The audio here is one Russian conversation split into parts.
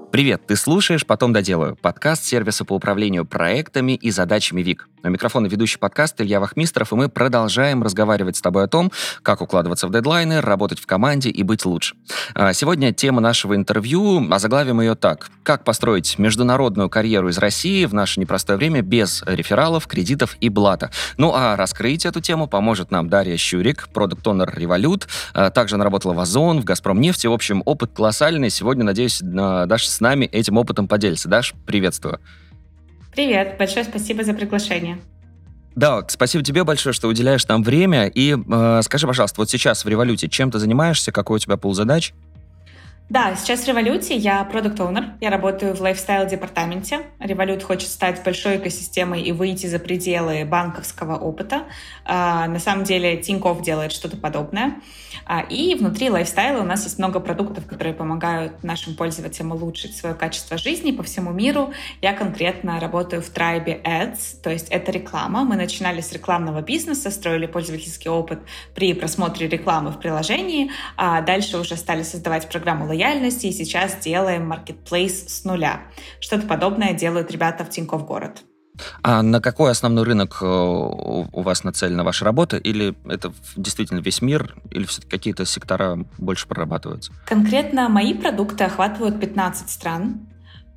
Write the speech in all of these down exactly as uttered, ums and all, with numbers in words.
Привет, ты слушаешь «Потом доделаю» — подкаст сервиса по управлению проектами и задачами ВИК. У микрофона ведущий подкаста Илья Вахмистров, и мы продолжаем разговаривать с тобой о том, как укладываться в дедлайны, работать в команде и быть лучше. Сегодня тема нашего интервью, озаглавим ее так: «Как построить международную карьеру из России в наше непростое время без рефералов, кредитов и блата». Ну а раскрыть эту тему поможет нам Дарья Щурик, продукт-онер Revolut. Также она работала в Озон, в Газпромнефти. В общем, опыт колоссальный. Сегодня, надеюсь, Даша с нами этим опытом поделится. Даш, приветствую. Привет, большое спасибо за приглашение. Да, спасибо тебе большое, что уделяешь нам время. И э, скажи, пожалуйста, вот сейчас в Revolut чем ты занимаешься, какой у тебя пул задач? Да, сейчас в Revolut я продукт-оунер, я работаю в лайфстайл-департаменте. Revolut хочет стать большой экосистемой и выйти за пределы банковского опыта. А, на самом деле Тинькофф делает что-то подобное. А, и внутри лайфстайла у нас есть много продуктов, которые помогают нашим пользователям улучшить свое качество жизни по всему миру. Я конкретно работаю в Tribe Ads, то есть это реклама. Мы начинали с рекламного бизнеса, строили пользовательский опыт при просмотре рекламы в приложении, а дальше уже стали создавать программу лояльности, и сейчас делаем маркетплейс с нуля. Что-то подобное делают ребята в Тинькофф Город. А на какой основной рынок у вас нацелена ваша работа? Или это действительно весь мир? Или все-таки какие-то сектора больше прорабатываются? Конкретно мои продукты охватывают пятнадцать стран.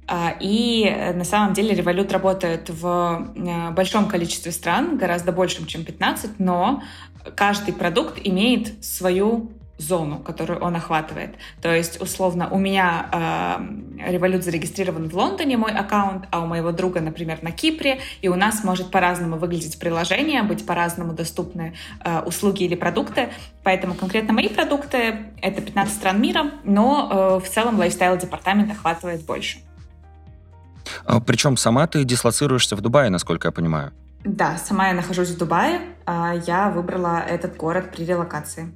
И на самом деле Revolut работает в большом количестве стран, гораздо большим, чем пятнадцать, но каждый продукт имеет свою зону, которую он охватывает. То есть, условно, у меня э, Revolut зарегистрирован в Лондоне, мой аккаунт, а у моего друга, например, на Кипре, и у нас может по-разному выглядеть приложение, быть по-разному доступны э, услуги или продукты. Поэтому конкретно мои продукты — это пятнадцать стран мира, но э, в целом лайфстайл-департамент охватывает больше. А, причем сама ты дислоцируешься в Дубае, насколько я понимаю. Да, сама я нахожусь в Дубае. Э, я выбрала этот город при релокации.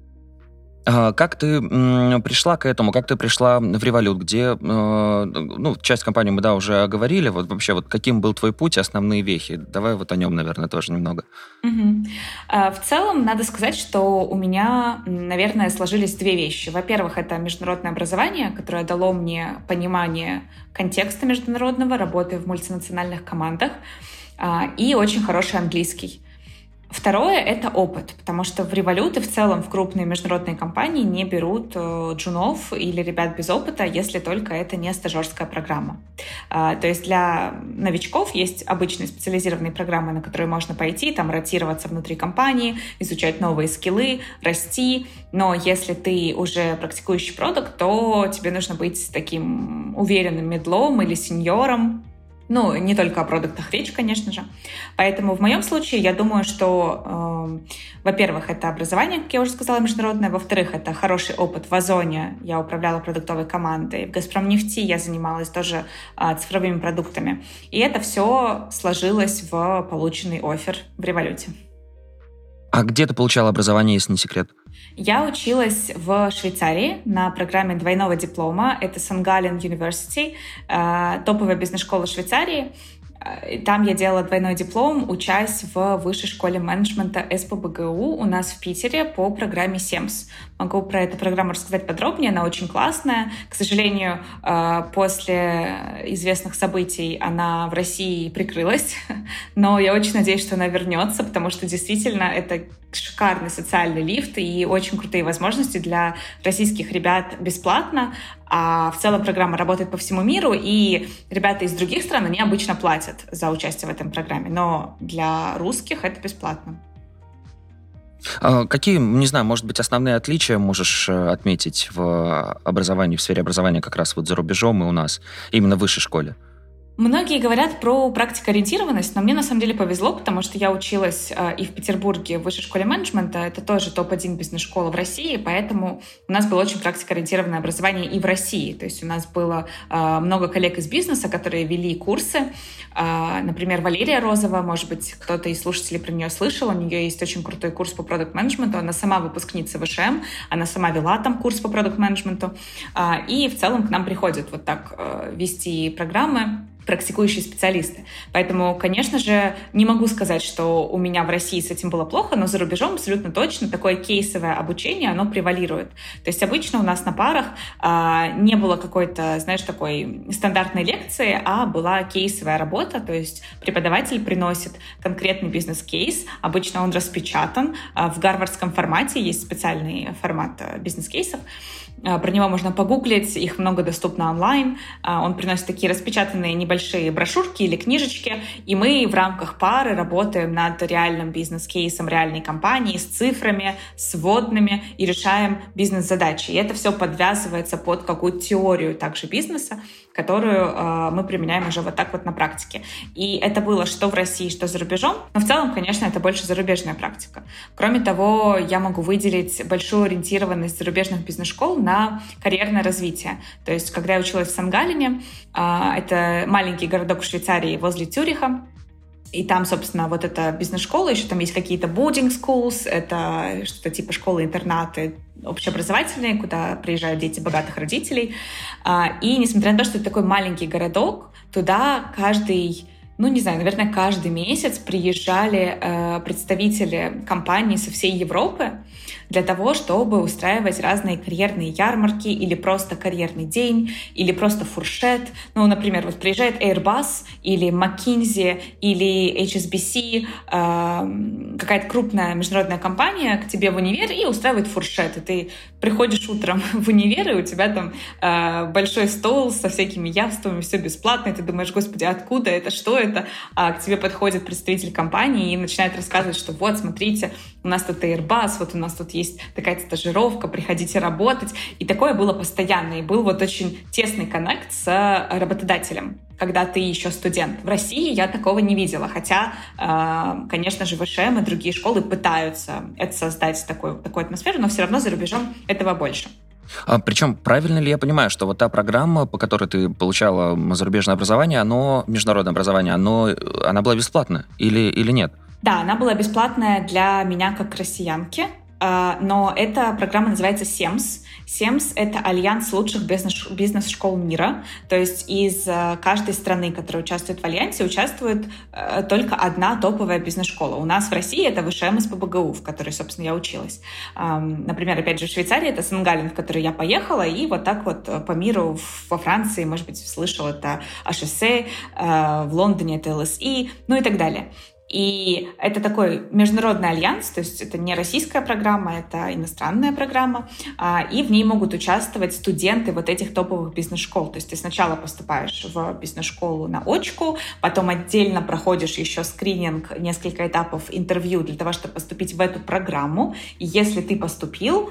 Как ты м, пришла к этому? Как ты пришла в Revolut? Где, э, ну, часть компании мы, да, уже оговорили. Вот вообще, вот каким был твой путь, основные вехи? Давай вот о нем, наверное, тоже немного. Угу. В целом, надо сказать, что у меня, наверное, сложились две вещи. Во-первых, это международное образование, которое дало мне понимание контекста международного, работы в мультинациональных командах, и очень хороший английский. Второе — это опыт, потому что в Revolut и в целом в крупные международные компании не берут джунов или ребят без опыта, если только это не стажерская программа. То есть для новичков есть обычные специализированные программы, на которые можно пойти, там ротироваться внутри компании, изучать новые скиллы, расти. Но если ты уже практикующий продакт, то тебе нужно быть таким уверенным медлом или сеньором. Ну, не только о продуктах речь, конечно же. Поэтому в моем случае я думаю, что, э, во-первых, это образование, как я уже сказала, международное. Во-вторых, это хороший опыт в Озоне. Я управляла продуктовой командой. В Газпромнефти я занималась тоже э, цифровыми продуктами. И это все сложилось в полученный оффер в Revolut. А где ты получала образование, если не секрет? Я училась в Швейцарии на программе двойного диплома. Это Санкт Галлен University, топовая бизнес-школа Швейцарии. Там я делала двойной диплом, учась в высшей школе менеджмента эс пэ бэ гэ у у нас в Питере по программе семс. Могу про эту программу рассказать подробнее, она очень классная. К сожалению, после известных событий она в России прикрылась, но я очень надеюсь, что она вернется, потому что действительно это шикарный социальный лифт и очень крутые возможности для российских ребят бесплатно. А в целом программа работает по всему миру, и ребята из других стран, они обычно платят за участие в этом программе, но для русских это бесплатно. А какие, не знаю, может быть, основные отличия можешь отметить в образовании, в сфере образования как раз вот за рубежом и у нас, именно в высшей школе? Многие говорят про практикоориентированность, но мне на самом деле повезло, потому что я училась э, и в Петербурге в высшей школе менеджмента, это тоже топ один бизнес-школа в России, поэтому у нас было очень практикоориентированное образование и в России. То есть у нас было э, много коллег из бизнеса, которые вели курсы. Э, например, Валерия Розова, может быть, кто-то из слушателей про нее слышал, у нее есть очень крутой курс по продакт-менеджменту, она сама выпускница вэ ша эм, она сама вела там курс по продакт-менеджменту, э, и в целом к нам приходят вот так э, вести программы. практикующие специалисты. Поэтому, конечно же, не могу сказать, что у меня в России с этим было плохо, но за рубежом абсолютно точно такое кейсовое обучение, оно превалирует. То есть обычно у нас на парах а, не было какой-то, знаешь, такой стандартной лекции, а была кейсовая работа, то есть преподаватель приносит конкретный бизнес-кейс, обычно он распечатан, а в гарвардском формате есть специальный формат бизнес-кейсов, про него можно погуглить, их много доступно онлайн. Он приносит такие распечатанные небольшие брошюрки или книжечки, и мы в рамках пары работаем над реальным бизнес-кейсом реальной компании с цифрами, с вводными и решаем бизнес-задачи. И это все подвязывается под какую-то теорию также бизнеса, которую э, мы применяем уже вот так вот на практике. И это было что в России, что за рубежом. Но в целом, конечно, это больше зарубежная практика. Кроме того, я могу выделить большую ориентированность зарубежных бизнес-школ на карьерное развитие. То есть, когда я училась в Сан-Галлене, э, это маленький городок в Швейцарии возле Цюриха, и там, собственно, вот эта бизнес-школа, еще там есть какие-то boarding schools, это что-то типа школы-интернаты общеобразовательные, куда приезжают дети богатых родителей. И несмотря на то, что это такой маленький городок, туда каждый, ну, не знаю, наверное, каждый месяц приезжали представители компаний со всей Европы для того, чтобы устраивать разные карьерные ярмарки или просто карьерный день, или просто фуршет. Ну, например, вот приезжает Airbus или McKinsey или эйч эс би си, э, какая-то крупная международная компания к тебе в универ и устраивает фуршет. И ты приходишь утром в универ, и у тебя там э, большой стол со всякими явствами, все бесплатно, и ты думаешь, господи, откуда это, что это? А к тебе подходит представитель компании и начинает рассказывать, что вот, смотрите, у нас тут Airbus, вот у нас тут есть такая стажировка, приходите работать. И такое было постоянно. И был вот очень тесный коннект с работодателем, когда ты еще студент. В России я такого не видела. Хотя, конечно же, ВШМ и другие школы пытаются это создать, такую, такую атмосферу, но все равно за рубежом этого больше. А, причем, правильно ли я понимаю, что вот та программа, по которой ты получала зарубежное образование, оно, международное образование, оно, она была бесплатна или, или нет? Да, она была бесплатная для меня как россиянки, но эта программа называется семс. семс — это альянс лучших бизнес-школ мира. То есть из каждой страны, которая участвует в альянсе, участвует только одна топовая бизнес-школа. У нас в России это ВШМ СПбГУ, в которой, собственно, я училась. Например, опять же, в Швейцарии это Сан-Галлен, в который я поехала, и вот так вот по миру, во Франции, может быть, слышала, это эйч эс эй, в Лондоне это эл эс и, ну и так далее. И это такой международный альянс, то есть это не российская программа, это иностранная программа, и в ней могут участвовать студенты вот этих топовых бизнес-школ. То есть ты сначала поступаешь в бизнес-школу на очку, потом отдельно проходишь еще скрининг, несколько этапов интервью для того, чтобы поступить в эту программу. И если ты поступил,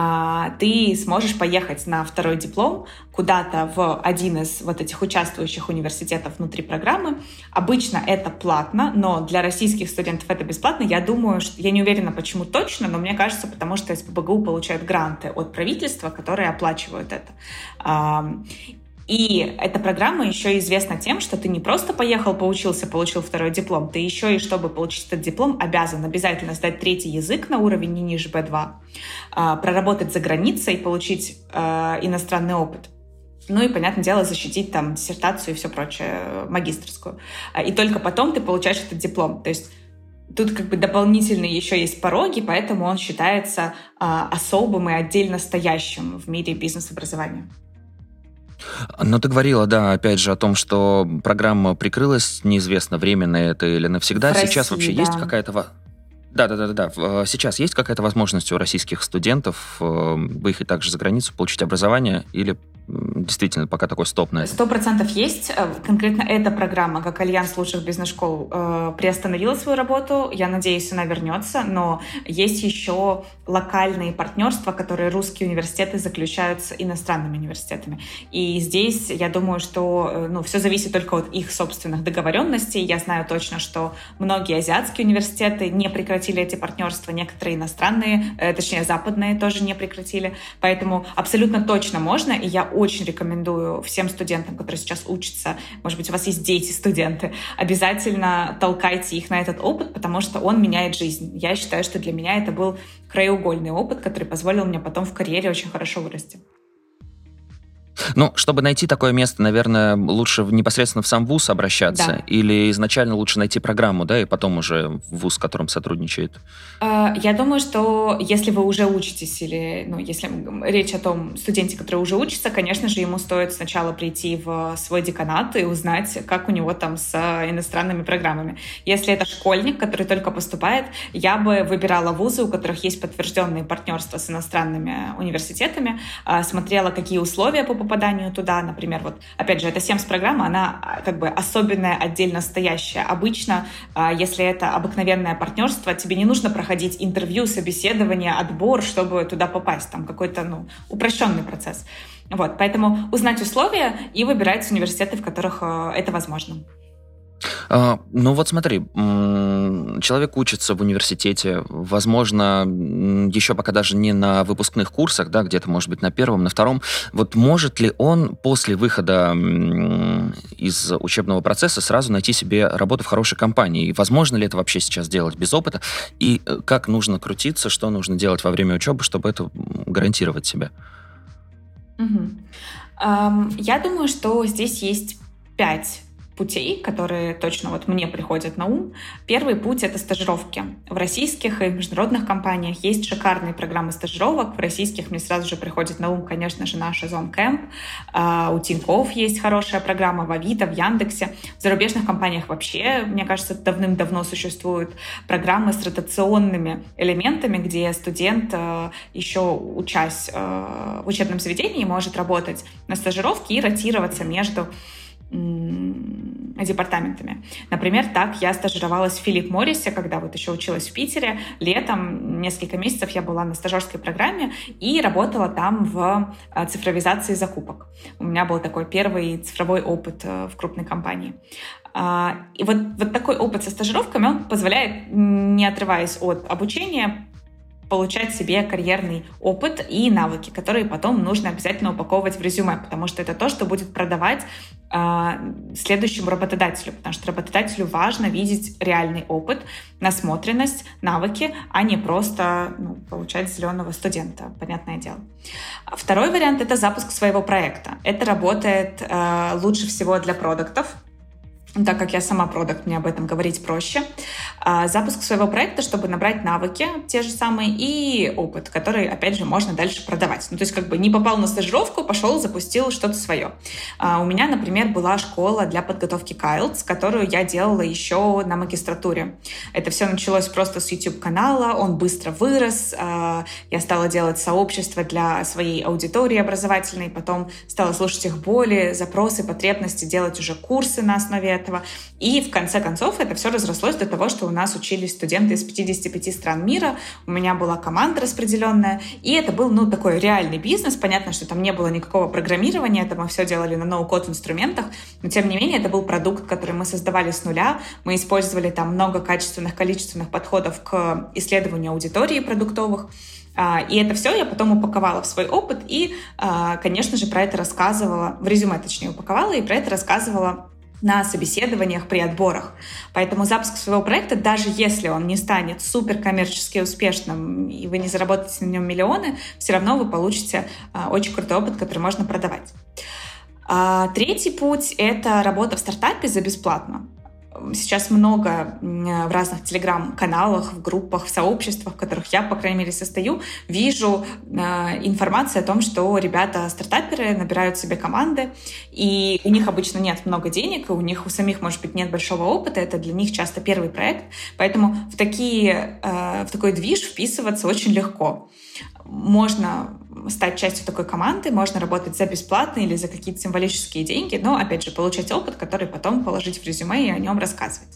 ты сможешь поехать на второй диплом куда-то в один из вот этих участвующих университетов внутри программы. Обычно это платно, но для российских студентов это бесплатно. Я думаю, что я не уверена, почему точно, но мне кажется, потому что СПбГУ получает гранты от правительства, которые оплачивают это. И эта программа еще известна тем, что ты не просто поехал, поучился, получил второй диплом, ты еще и, чтобы получить этот диплом, обязан обязательно сдать третий язык на уровень не ниже би два, проработать за границей, получить иностранный опыт. Ну и, понятное дело, защитить там диссертацию и все прочее, магистерскую. И только потом ты получаешь этот диплом. То есть тут как бы дополнительные еще есть пороги, поэтому он считается особым и отдельно стоящим в мире бизнес-образования. Но ты говорила, да, опять же, о том, что программа прикрылась, неизвестно, временно это или навсегда. В Сейчас России, вообще да. есть какая-то... Да, да, да, да. Сейчас есть какая-то возможность у российских студентов выехать также за границу, получить образование, или действительно пока такой стоп на это? Сто процентов есть. Конкретно эта программа, как Альянс лучших бизнес-школ, приостановила свою работу. Я надеюсь, она вернется. Но есть еще локальные партнерства, которые русские университеты заключают с иностранными университетами. И здесь, я думаю, что ну, все зависит только от их собственных договоренностей. Я знаю точно, что многие азиатские университеты не прекратили эти партнерства, некоторые иностранные, точнее, западные тоже не прекратили. Поэтому абсолютно точно можно, и я очень рекомендую всем студентам, которые сейчас учатся, может быть, у вас есть дети-студенты, обязательно толкайте их на этот опыт, потому что он меняет жизнь. Я считаю, что для меня это был краеугольный опыт, который позволил мне потом в карьере очень хорошо вырасти. Ну, чтобы найти такое место, наверное, лучше непосредственно в сам вуз обращаться, Да. или изначально лучше найти программу, да, и потом уже в вуз, с которым сотрудничает? Я думаю, что если вы уже учитесь, или ну, если речь о том студенте, который уже учится, конечно же, ему стоит сначала прийти в свой деканат и узнать, как у него там с иностранными программами. Если это школьник, который только поступает, я бы выбирала вузы, у которых есть подтвержденные партнерства с иностранными университетами, смотрела, какие условия по попаданию туда, например, вот, опять же, эта семс-программа, она как бы особенная, отдельно стоящая. Обычно, если это обыкновенное партнерство, тебе не нужно проходить интервью, собеседование, отбор, чтобы туда попасть. Там какой-то, ну, упрощенный процесс. Вот, поэтому узнать условия и выбирать университеты, в которых это возможно. А, ну вот смотри, человек учится в университете, возможно, еще пока даже не на выпускных курсах, да, где-то, может быть, на первом, на втором. Вот может ли он после выхода из учебного процесса сразу найти себе работу в хорошей компании? И возможно ли это вообще сейчас делать без опыта? И как нужно крутиться, что нужно делать во время учебы, чтобы это гарантировать себе? Угу. Um, я думаю, что здесь есть пять путей, которые точно вот мне приходят на ум. Первый путь — это стажировки. В российских и международных компаниях есть шикарные программы стажировок. В российских мне сразу же приходит на ум, конечно же, наш Озон Кэмп. У Тинькофф есть хорошая программа, в Авито, в Яндексе. В зарубежных компаниях вообще, мне кажется, давным-давно существуют программы с ротационными элементами, где студент, еще учась в учебном заведении, может работать на стажировке и ротироваться между департаментами. Например, так я стажировалась в Филипп Моррисе, когда вот еще училась в Питере. Летом несколько месяцев я была на стажерской программе и работала там в цифровизации закупок. У меня был такой первый цифровой опыт в крупной компании. И вот, вот такой опыт со стажировками, он позволяет, не отрываясь от обучения, получать себе карьерный опыт и навыки, которые потом нужно обязательно упаковывать в резюме, потому что это то, что будет продавать э, следующему работодателю, потому что работодателю важно видеть реальный опыт, насмотренность, навыки, а не просто ну, получать зеленого студента, понятное дело. Второй вариант — это запуск своего проекта. Это работает э, лучше всего для продуктов, так как я сама продакт, мне об этом говорить проще. Запуск своего проекта, чтобы набрать навыки те же самые и опыт, который, опять же, можно дальше продавать. Ну, то есть как бы не попал на стажировку, пошел, запустил что-то свое. У меня, например, была школа для подготовки кей ай эл ти эс, которую я делала еще на магистратуре. Это все началось просто с YouTube-канала, он быстро вырос, я стала делать сообщество для своей аудитории образовательной, потом стала слушать их боли, запросы, потребности, делать уже курсы на основе этого. И в конце концов это все разрослось до того, что у нас учились студенты из пятидесяти пяти стран мира, у меня была команда распределенная, и это был, ну, такой реальный бизнес. Понятно, что там не было никакого программирования, это мы все делали на ноу-код инструментах, но тем не менее это был продукт, который мы создавали с нуля, мы использовали там много качественных, количественных подходов к исследованию аудитории продуктовых. И это все я потом упаковала в свой опыт и, конечно же, про это рассказывала, в резюме точнее упаковала, и про это рассказывала на собеседованиях, при отборах. Поэтому запуск своего проекта, даже если он не станет суперкоммерчески успешным и вы не заработаете на нем миллионы, все равно вы получите а, очень крутой опыт, который можно продавать. А, третий путь — это работа в стартапе за бесплатно. Сейчас много в разных телеграм-каналах, в группах, в сообществах, в которых я, по крайней мере, состою, вижу э, информацию о том, что ребята-стартаперы набирают себе команды, и у них обычно нет много денег, и у них у самих, может быть, нет большого опыта, это для них часто первый проект, поэтому в, такие, э, в такой движ вписываться очень легко. Можно стать частью такой команды, можно работать за бесплатно или за какие-то символические деньги, но, опять же, получать опыт, который потом положить в резюме и о нем рассказывать.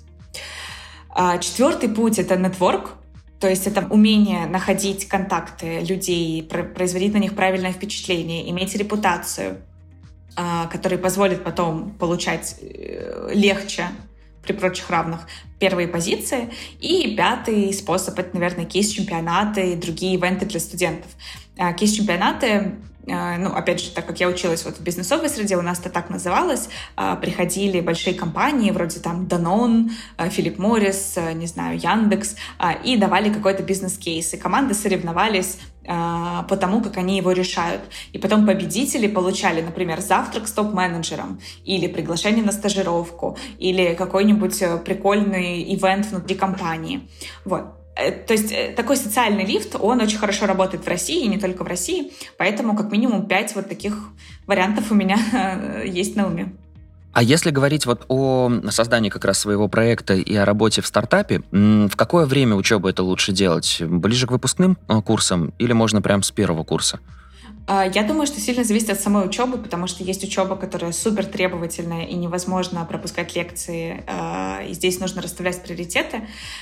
Четвертый путь — это нетворк, то есть это умение находить контакты людей, производить на них правильное впечатление, иметь репутацию, который позволит потом получать легче при прочих равных первые позиции. И пятый способ — это, наверное, кейс-чемпионаты и другие ивенты для студентов. Кейс-чемпионаты ну, опять же, так как я училась вот в бизнесовой среде, у нас это так называлось, приходили большие компании, вроде там Danone, Philip Morris, не знаю, Яндекс, и давали какой-то бизнес-кейс, и команды соревновались по тому, как они его решают. И потом победители получали, например, завтрак с топ-менеджером, или приглашение на стажировку, или какой-нибудь прикольный ивент внутри компании. Вот. То есть такой социальный лифт, он очень хорошо работает в России, и не только в России, поэтому как минимум пять вот таких вариантов у меня есть на уме. А если говорить вот о создании как раз своего проекта и о работе в стартапе, в какое время учебы это лучше делать? Ближе к выпускным курсам или можно прям с первого курса? Я думаю, что сильно зависит от самой учебы, потому что есть учеба, которая супер требовательная и невозможно пропускать лекции, и здесь нужно расставлять приоритеты.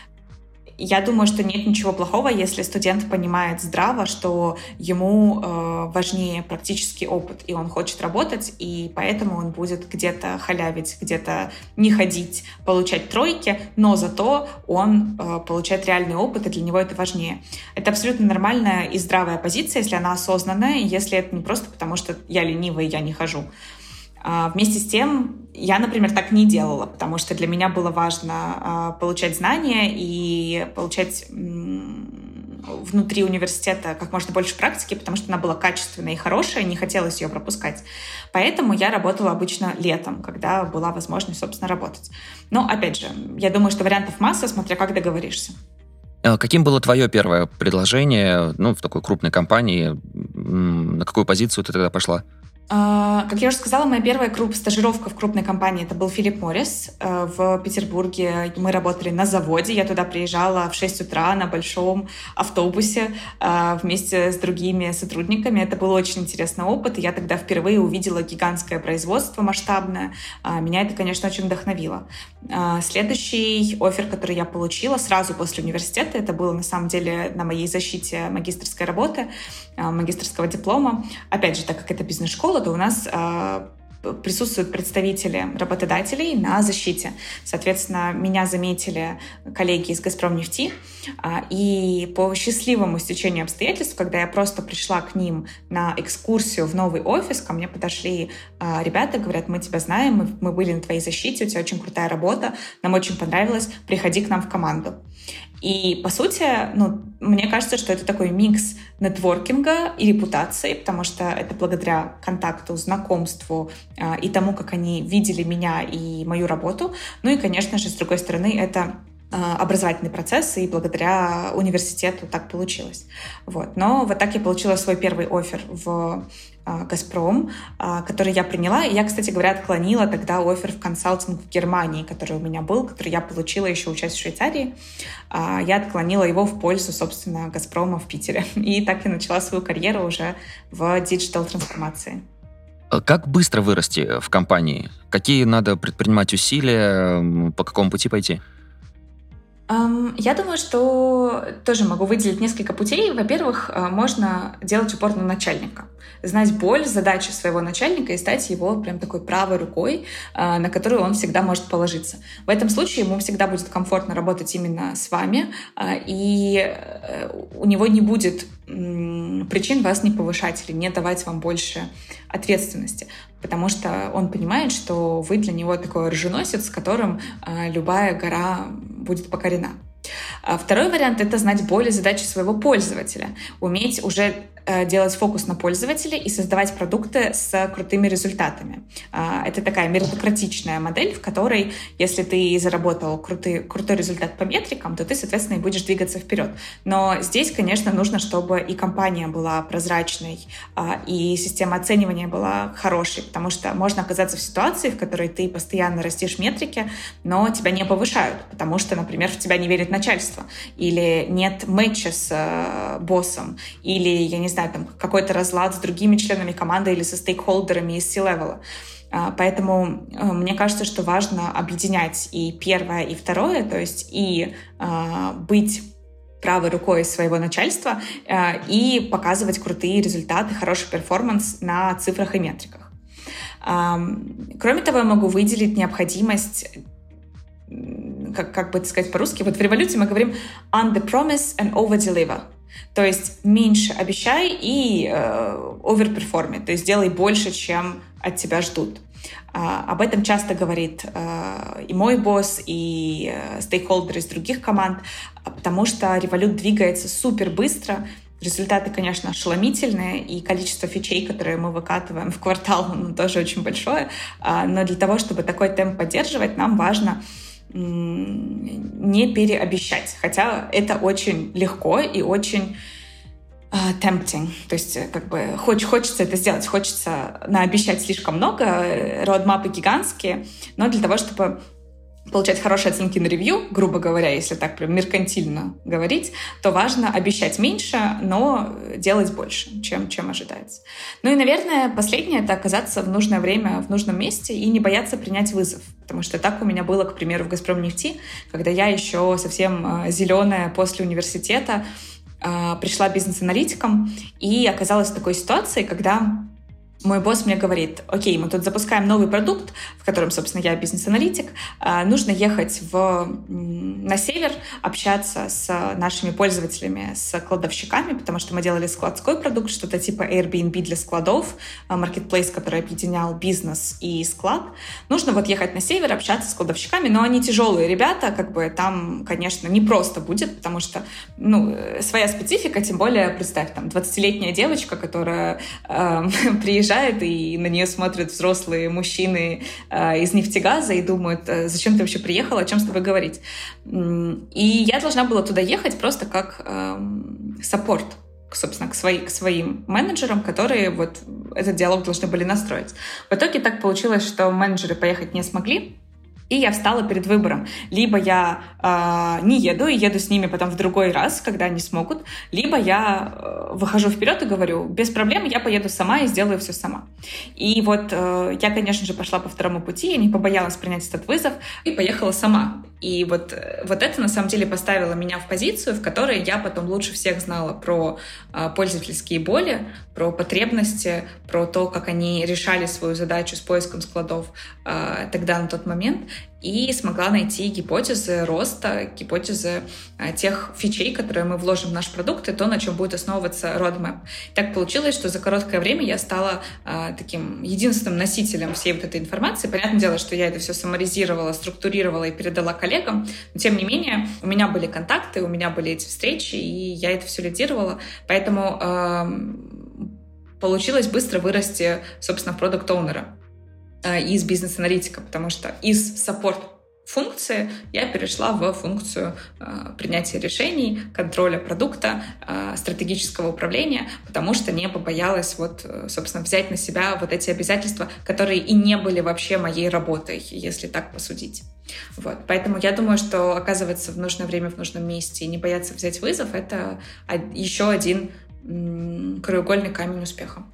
Я думаю, что нет ничего плохого, если студент понимает здраво, что ему э, важнее практический опыт, и он хочет работать, и поэтому он будет где-то халявить, где-то не ходить, получать тройки, но зато он э, получает реальный опыт, и для него это важнее. Это абсолютно нормальная и здравая позиция, если она осознанная, если это не просто потому, что я ленивая и я не хожу. А вместе с тем, я, например, так не делала, потому что для меня было важно а, получать знания и получать м- внутри университета как можно больше практики, потому что она была качественная и хорошая, не хотелось ее пропускать. Поэтому я работала обычно летом, когда была возможность, собственно, работать. Но, опять же, я думаю, что вариантов масса, смотря как договоришься. Каким было твое первое предложение, ну, в такой крупной компании? На какую позицию ты тогда пошла? Uh, как я уже сказала, моя первая круп- стажировка в крупной компании — это был Philip Morris uh, в Петербурге. Мы работали на заводе. Я туда приезжала в шесть утра на большом автобусе uh, вместе с другими сотрудниками. Это был очень интересный опыт. И я тогда впервые увидела гигантское производство масштабное. Uh, меня это, конечно, очень вдохновило. Uh, следующий оффер, который я получила сразу после университета, это было на самом деле на моей защите магистерской работы, uh, магистерского диплома. Опять же, так как это бизнес-школа, то у нас э, присутствуют представители работодателей на защите. Соответственно, меня заметили коллеги из «Газпромнефти», э, и по счастливому стечению обстоятельств, когда я просто пришла к ним на экскурсию в новый офис, ко мне подошли э, ребята, говорят: мы тебя знаем, мы, мы были на твоей защите, у тебя очень крутая работа, нам очень понравилось, приходи к нам в команду. И, по сути, ну, мне кажется, что это такой микс нетворкинга и репутации, потому что это благодаря контакту, знакомству э, и тому, как они видели меня и мою работу. Ну и, конечно же, с другой стороны, это э, образовательный процесс, и благодаря университету так получилось. Вот. Но вот так я получила свой первый оффер в «Газпром», который я приняла. И я, кстати говоря, отклонила тогда оффер в консалтинг в Германии, который у меня был, который я получила еще учась в Швейцарии. Я отклонила его в пользу, собственно, «Газпрома» в Питере. И так я начала свою карьеру уже в диджитал-трансформации. Как быстро вырасти в компании? Какие надо предпринимать усилия? По какому пути пойти? Um, я думаю, что тоже могу выделить несколько путей. Во-первых, можно делать упор на начальника. Знать боль, задачи своего начальника и стать его прям такой правой рукой, на которую он всегда может положиться. В этом случае ему всегда будет комфортно работать именно с вами, и у него не будет причин вас не повышать или не давать вам больше ответственности, потому что он понимает, что вы для него такой оруженосец, с которым любая гора будет покорена. Второй вариант — это знать боль и задачи своего пользователя, уметь уже делать фокус на пользователя и создавать продукты с крутыми результатами. Это такая меритократичная модель, в которой, если ты заработал крутый, крутой результат по метрикам, то ты, соответственно, и будешь двигаться вперед. Но здесь, конечно, нужно, чтобы и компания была прозрачной, и система оценивания была хорошей, потому что можно оказаться в ситуации, в которой ты постоянно растишь метрики, но тебя не повышают, потому что, например, в тебя не верит начальство, или нет мэтча с боссом, или, я не знаю, там какой-то разлад с другими членами команды или со стейкхолдерами из C-level. Поэтому мне кажется, что важно объединять и первое, и второе, то есть и быть правой рукой своего начальства и показывать крутые результаты, хороший перформанс на цифрах и метриках. Кроме того, я могу выделить необходимость, как, как бы это сказать по-русски, вот в революции мы говорим under promise and over deliver. То есть меньше обещай и оверперформи, то есть делай больше, чем от тебя ждут. Uh, об этом часто говорит uh, и мой босс, и uh, стейкхолдеры из других команд, потому что Revolut двигается супер быстро. Результаты, конечно, ошеломительные, и количество фичей, которые мы выкатываем в квартал, ну, тоже очень большое. Uh, но для того, чтобы такой темп поддерживать, нам важно м- не переобещать. Хотя это очень легко и очень tempting, то есть как бы хоч, хочется это сделать, хочется наобещать слишком много, роудмапы гигантские, но для того, чтобы получать хорошие оценки на ревью, грубо говоря, если так прям меркантильно говорить, то важно обещать меньше, но делать больше, чем, чем ожидается. Ну и, наверное, последнее — это оказаться в нужное время в нужном месте и не бояться принять вызов, потому что так у меня было, к примеру, в «Газпромнефти», когда я еще совсем зеленая после университета пришла бизнес-аналитиком и оказалась в такой ситуации, когда мой босс мне говорит: окей, мы тут запускаем новый продукт, в котором, собственно, я бизнес-аналитик, нужно ехать в, на север, общаться с нашими пользователями, с кладовщиками, потому что мы делали складской продукт, что-то типа Airbnb для складов, маркетплейс, который объединял бизнес и склад. Нужно вот ехать на север, общаться с кладовщиками, но они тяжелые ребята, как бы там, конечно, не просто будет, потому что, ну, своя специфика, тем более, представь, там, двадцатилетняя девочка, которая э, приезжает, и на нее смотрят взрослые мужчины э, из нефтегаза и думают: зачем ты вообще приехала, о чем с тобой говорить? И я должна была туда ехать просто как э, саппорт, собственно, к, свои, к своим менеджерам, которые вот этот диалог должны были настроить. В итоге так получилось, что менеджеры поехать не смогли, и я встала перед выбором. Либо я э, не еду и еду с ними потом в другой раз, когда они смогут, либо я э, выхожу вперед и говорю: без проблем, я поеду сама и сделаю все сама. И вот э, я, конечно же, пошла по второму пути, я не побоялась принять этот вызов и поехала сама. И вот, вот это, на самом деле, поставило меня в позицию, в которой я потом лучше всех знала про э, пользовательские боли, про потребности, про то, как они решали свою задачу с поиском складов э, тогда, на тот момент, и смогла найти гипотезы роста, гипотезы э, тех фичей, которые мы вложим в наш продукт, и то, на чем будет основываться roadmap. Так получилось, что за короткое время я стала э, таким единственным носителем всей вот этой информации. Понятное дело, что я это все саммаризировала, структурировала и передала коллегам, но тем не менее у меня были контакты, у меня были эти встречи, и я это все лидировала, поэтому э, получилось быстро вырасти, собственно, в продакт-оунера из бизнес-аналитика, потому что из саппорт-функции я перешла в функцию э, принятия решений, контроля продукта, э, стратегического управления, потому что не побоялась вот, собственно, взять на себя вот эти обязательства, которые и не были вообще моей работой, если так посудить. Вот. Поэтому я думаю, что оказываться в нужное время в нужном месте и не бояться взять вызов — это еще один м- краеугольный камень успеха.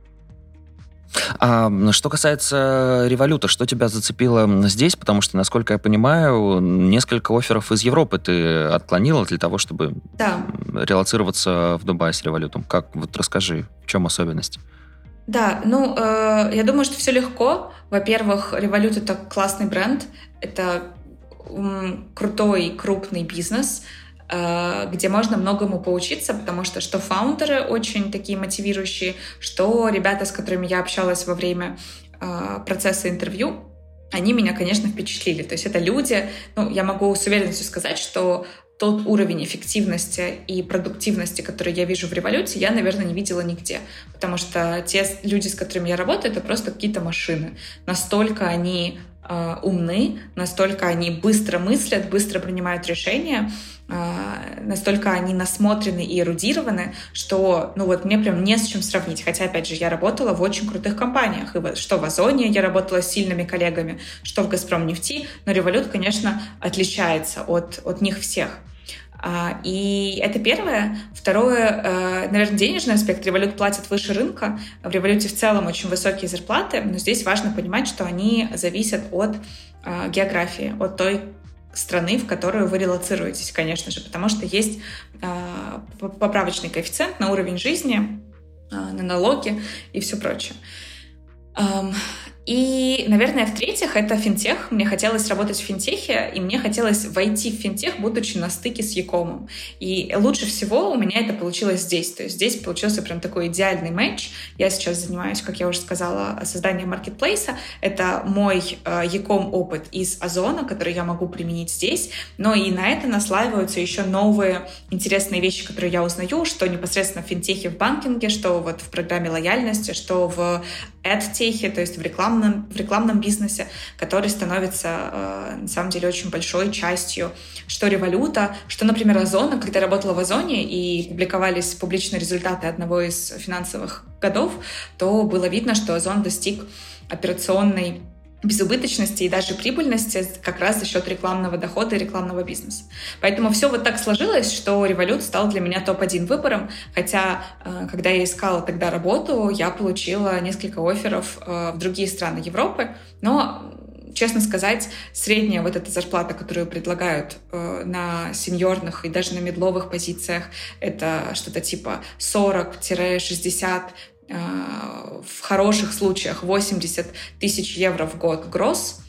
А что касается Revolut, что тебя зацепило здесь? Потому что, насколько я понимаю, несколько офферов из Европы ты отклонила для того, чтобы да. релоцироваться в Дубай с Revolut. Как? Вот расскажи, в чем особенность? Да, ну, э, я думаю, что все легко. Во-первых, Revolut — это классный бренд, это м, крутой, крупный бизнес, где можно многому поучиться, потому что что фаундеры очень такие мотивирующие, что ребята, с которыми я общалась во время э, процесса интервью, они меня, конечно, впечатлили. То есть это люди, ну, я могу с уверенностью сказать, что тот уровень эффективности и продуктивности, который я вижу в Revolut, я, наверное, не видела нигде. Потому что те люди, с которыми я работаю, это просто какие-то машины. Настолько они э, умны, настолько они быстро мыслят, быстро принимают решения, настолько они насмотрены и эрудированы, что, ну вот, мне прям не с чем сравнить. Хотя, опять же, я работала в очень крутых компаниях. И что в Озоне я работала с сильными коллегами, что в Газпромнефти. Но Revolut, конечно, отличается от, от них всех. И это первое. Второе, наверное, денежный аспект. Revolut платит выше рынка. В Revolut в целом очень высокие зарплаты, но здесь важно понимать, что они зависят от географии, от той страны, в которую вы релоцируетесь, конечно же, потому что есть э, поправочный коэффициент на уровень жизни, э, на налоги и все прочее. Эм, И, наверное, в-третьих, это финтех. Мне хотелось работать в финтехе, и мне хотелось войти в финтех, будучи на стыке с Якомом. И лучше всего у меня это получилось здесь. То есть здесь получился прям такой идеальный матч. Я сейчас занимаюсь, как я уже сказала, созданием маркетплейса. Это мой э, Яком опыт из Озона, который я могу применить здесь. Но и на это наслаиваются еще новые интересные вещи, которые я узнаю, что непосредственно в финтехе, в банкинге, что вот в программе лояльности, что в эдтехе, то есть в рекламном, в рекламном бизнесе, который становится э, на самом деле очень большой частью, что Революта, что, например, Озона. Когда я работала в Озоне и публиковались публичные результаты одного из финансовых годов, то было видно, что Озон достиг операционной безубыточности и даже прибыльности как раз за счет рекламного дохода и рекламного бизнеса. Поэтому все вот так сложилось, что Revolut стал для меня топ один выбором, хотя, когда я искала тогда работу, я получила несколько офферов в другие страны Европы, но, честно сказать, средняя вот эта зарплата, которую предлагают на сеньорных и даже на медловых позициях, это что-то типа сорок-шестьдесят, в хороших случаях восемьдесят тысяч евро в год гросс,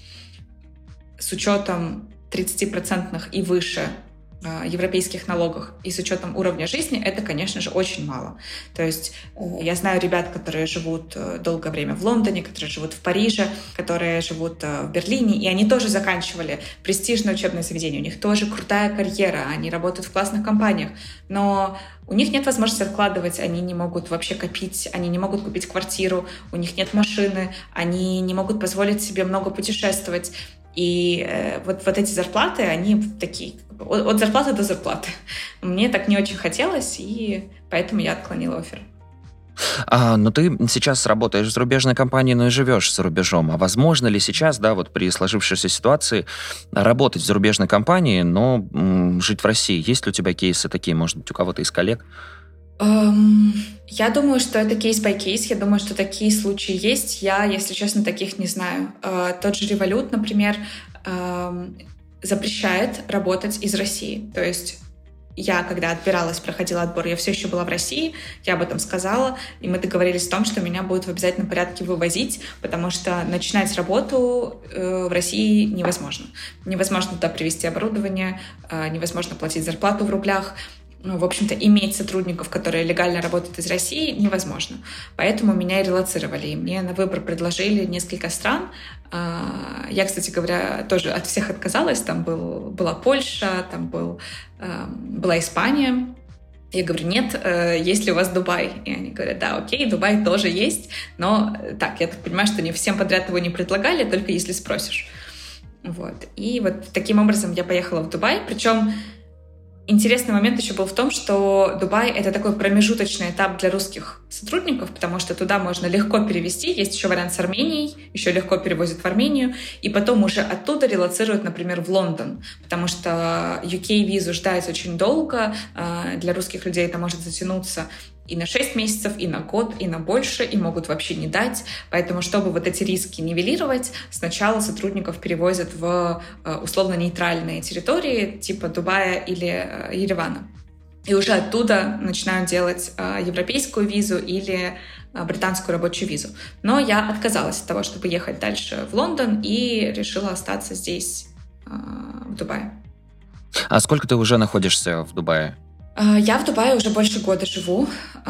с учетом тридцать процентов и выше европейских налогах и с учетом уровня жизни, это, конечно же, очень мало. То есть я знаю ребят, которые живут долгое время в Лондоне, которые живут в Париже, которые живут в Берлине, и они тоже заканчивали престижное учебное заведение. У них тоже крутая карьера, они работают в классных компаниях, но у них нет возможности откладывать, они не могут вообще копить, они не могут купить квартиру, у них нет машины, они не могут позволить себе много путешествовать. И э, вот, вот эти зарплаты, они такие, от, от зарплаты до зарплаты. Мне так не очень хотелось, и поэтому я отклонила оффер. А, но ты сейчас работаешь в зарубежной компании, но и живешь за рубежом. А возможно ли сейчас, да, вот при сложившейся ситуации, работать в зарубежной компании, но м, жить в России? Есть ли у тебя кейсы такие, может быть, у кого-то из коллег? Um, я думаю, что это кейс-бай-кейс. Я думаю, что такие случаи есть. Я, если честно, таких не знаю. Uh, тот же Revolut, например, uh, запрещает работать из России. То есть я, когда отбиралась, проходила отбор, я все еще была в России, я об этом сказала, и мы договорились о том, что меня будут в обязательном порядке вывозить, потому что начинать работу э, в России невозможно. Невозможно туда привезти оборудование, э, невозможно платить зарплату в рублях. Ну, в общем-то, иметь сотрудников, которые легально работают из России, невозможно. Поэтому меня и релоцировали. И мне на выбор предложили несколько стран. Я, кстати говоря, тоже от всех отказалась. Там был, была Польша, там был, была Испания. Я говорю, нет, есть ли у вас Дубай? И они говорят, да, окей, Дубай тоже есть. Но так, я так понимаю, что не всем подряд его не предлагали, только если спросишь. Вот. И вот таким образом я поехала в Дубай. Причем интересный момент еще был в том, что Дубай — это такой промежуточный этап для русских сотрудников, потому что туда можно легко перевести. Есть еще вариант с Арменией, еще легко перевозят в Армению, и потом уже оттуда релоцируют, например, в Лондон, потому что ю кей-визу ждать очень долго. Для русских людей это может затянуться и на шесть месяцев, и на год, и на больше, и могут вообще не дать. Поэтому, чтобы вот эти риски нивелировать, сначала сотрудников перевозят в условно-нейтральные территории, типа Дубая или Еревана. И уже оттуда начинают делать европейскую визу или британскую рабочую визу. Но я отказалась от того, чтобы ехать дальше в Лондон, и решила остаться здесь, в Дубае. А сколько ты уже находишься в Дубае? Я в Дубае уже больше года живу,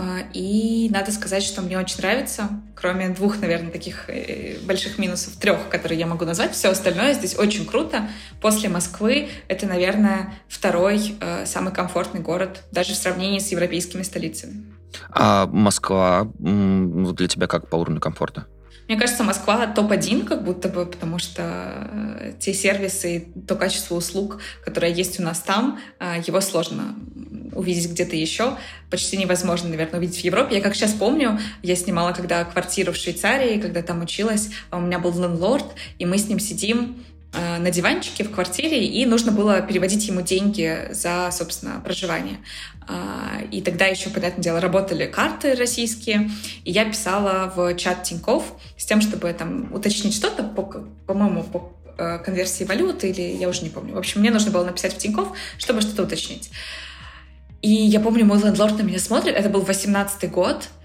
и надо сказать, что мне очень нравится. Кроме двух, наверное, таких больших минусов, трех, которые я могу назвать, все остальное здесь очень круто. После Москвы это, наверное, второй самый комфортный город, даже в сравнении с европейскими столицами. А Москва для тебя как по уровню комфорта? Мне кажется, Москва топ один, как будто бы, потому что те сервисы и то качество услуг, которое есть у нас там, его сложно увидеть где-то еще. Почти невозможно, наверное, увидеть в Европе. Я как сейчас помню, я снимала когда квартиру в Швейцарии, когда там училась, у меня был лендлорд, и мы с ним сидим на диванчике в квартире, и нужно было переводить ему деньги за, собственно, проживание. И тогда еще, понятное дело, работали карты российские, и я писала в чат Тинькофф с тем, чтобы там уточнить что-то, по, по-моему, по конверсии валюты, или я уже не помню. В общем, мне нужно было написать в Тинькофф, чтобы что-то уточнить. И я помню, мой лендлорд на меня смотрит, это был восемнадцатый год,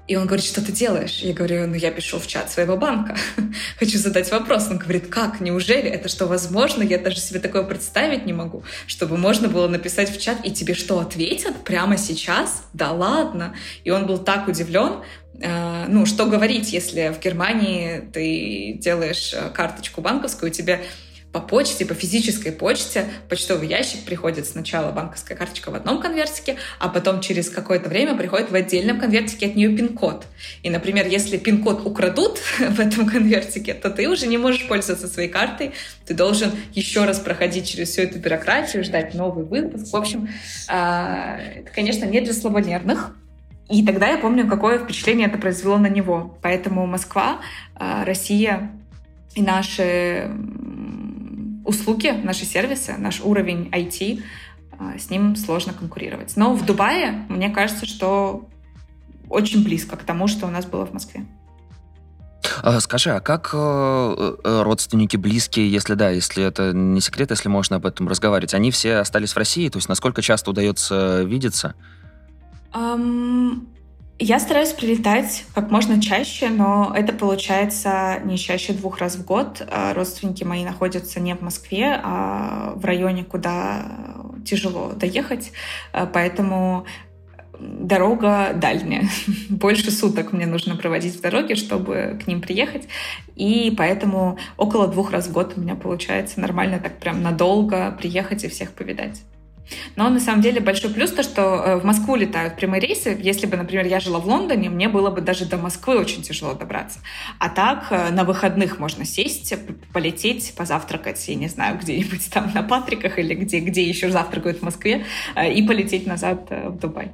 И он говорит, что ты делаешь? Я говорю, ну я пишу в чат своего банка. Хочу задать вопрос. Он говорит, как? Неужели? Это что, возможно? Я даже себе такое представить не могу, чтобы можно было написать в чат, и тебе что, ответят прямо сейчас? Да ладно. И он был так удивлен. Ну, что говорить, если в Германии ты делаешь карточку банковскую, у тебя по почте, по физической почте почтовый ящик приходит сначала банковская карточка в одном конвертике, а потом через какое-то время приходит в отдельном конвертике от нее пин-код. И, например, если пин-код украдут в этом конвертике, то ты уже не можешь пользоваться своей картой, ты должен еще раз проходить через всю эту бюрократию, ждать новый выпуск. В общем, это, конечно, не для слабонервных. И тогда я помню, какое впечатление это произвело на него. Поэтому Москва, Россия и наши услуги, наши сервисы, наш уровень ай ти, с ним сложно конкурировать. Но в Дубае, мне кажется, что очень близко к тому, что у нас было в Москве. Скажи, а как родственники, близкие, если да, если это не секрет, если можно об этом разговаривать, они все остались в России? То есть насколько часто удается видеться? Um... Я стараюсь прилетать как можно чаще, но это получается не чаще двух раз в год. Родственники мои находятся не в Москве, а в районе, куда тяжело доехать, поэтому дорога дальняя. Больше суток мне нужно проводить в дороге, чтобы к ним приехать, и поэтому около двух раз в год у меня получается нормально так прям надолго приехать и всех повидать. Но на самом деле большой плюс то, что в Москву летают прямые рейсы. Если бы, например, я жила в Лондоне, мне было бы даже до Москвы очень тяжело добраться. А так на выходных можно сесть, полететь, позавтракать, я не знаю, где-нибудь там на Патриках или где, где еще завтракают в Москве, и полететь назад в Дубай.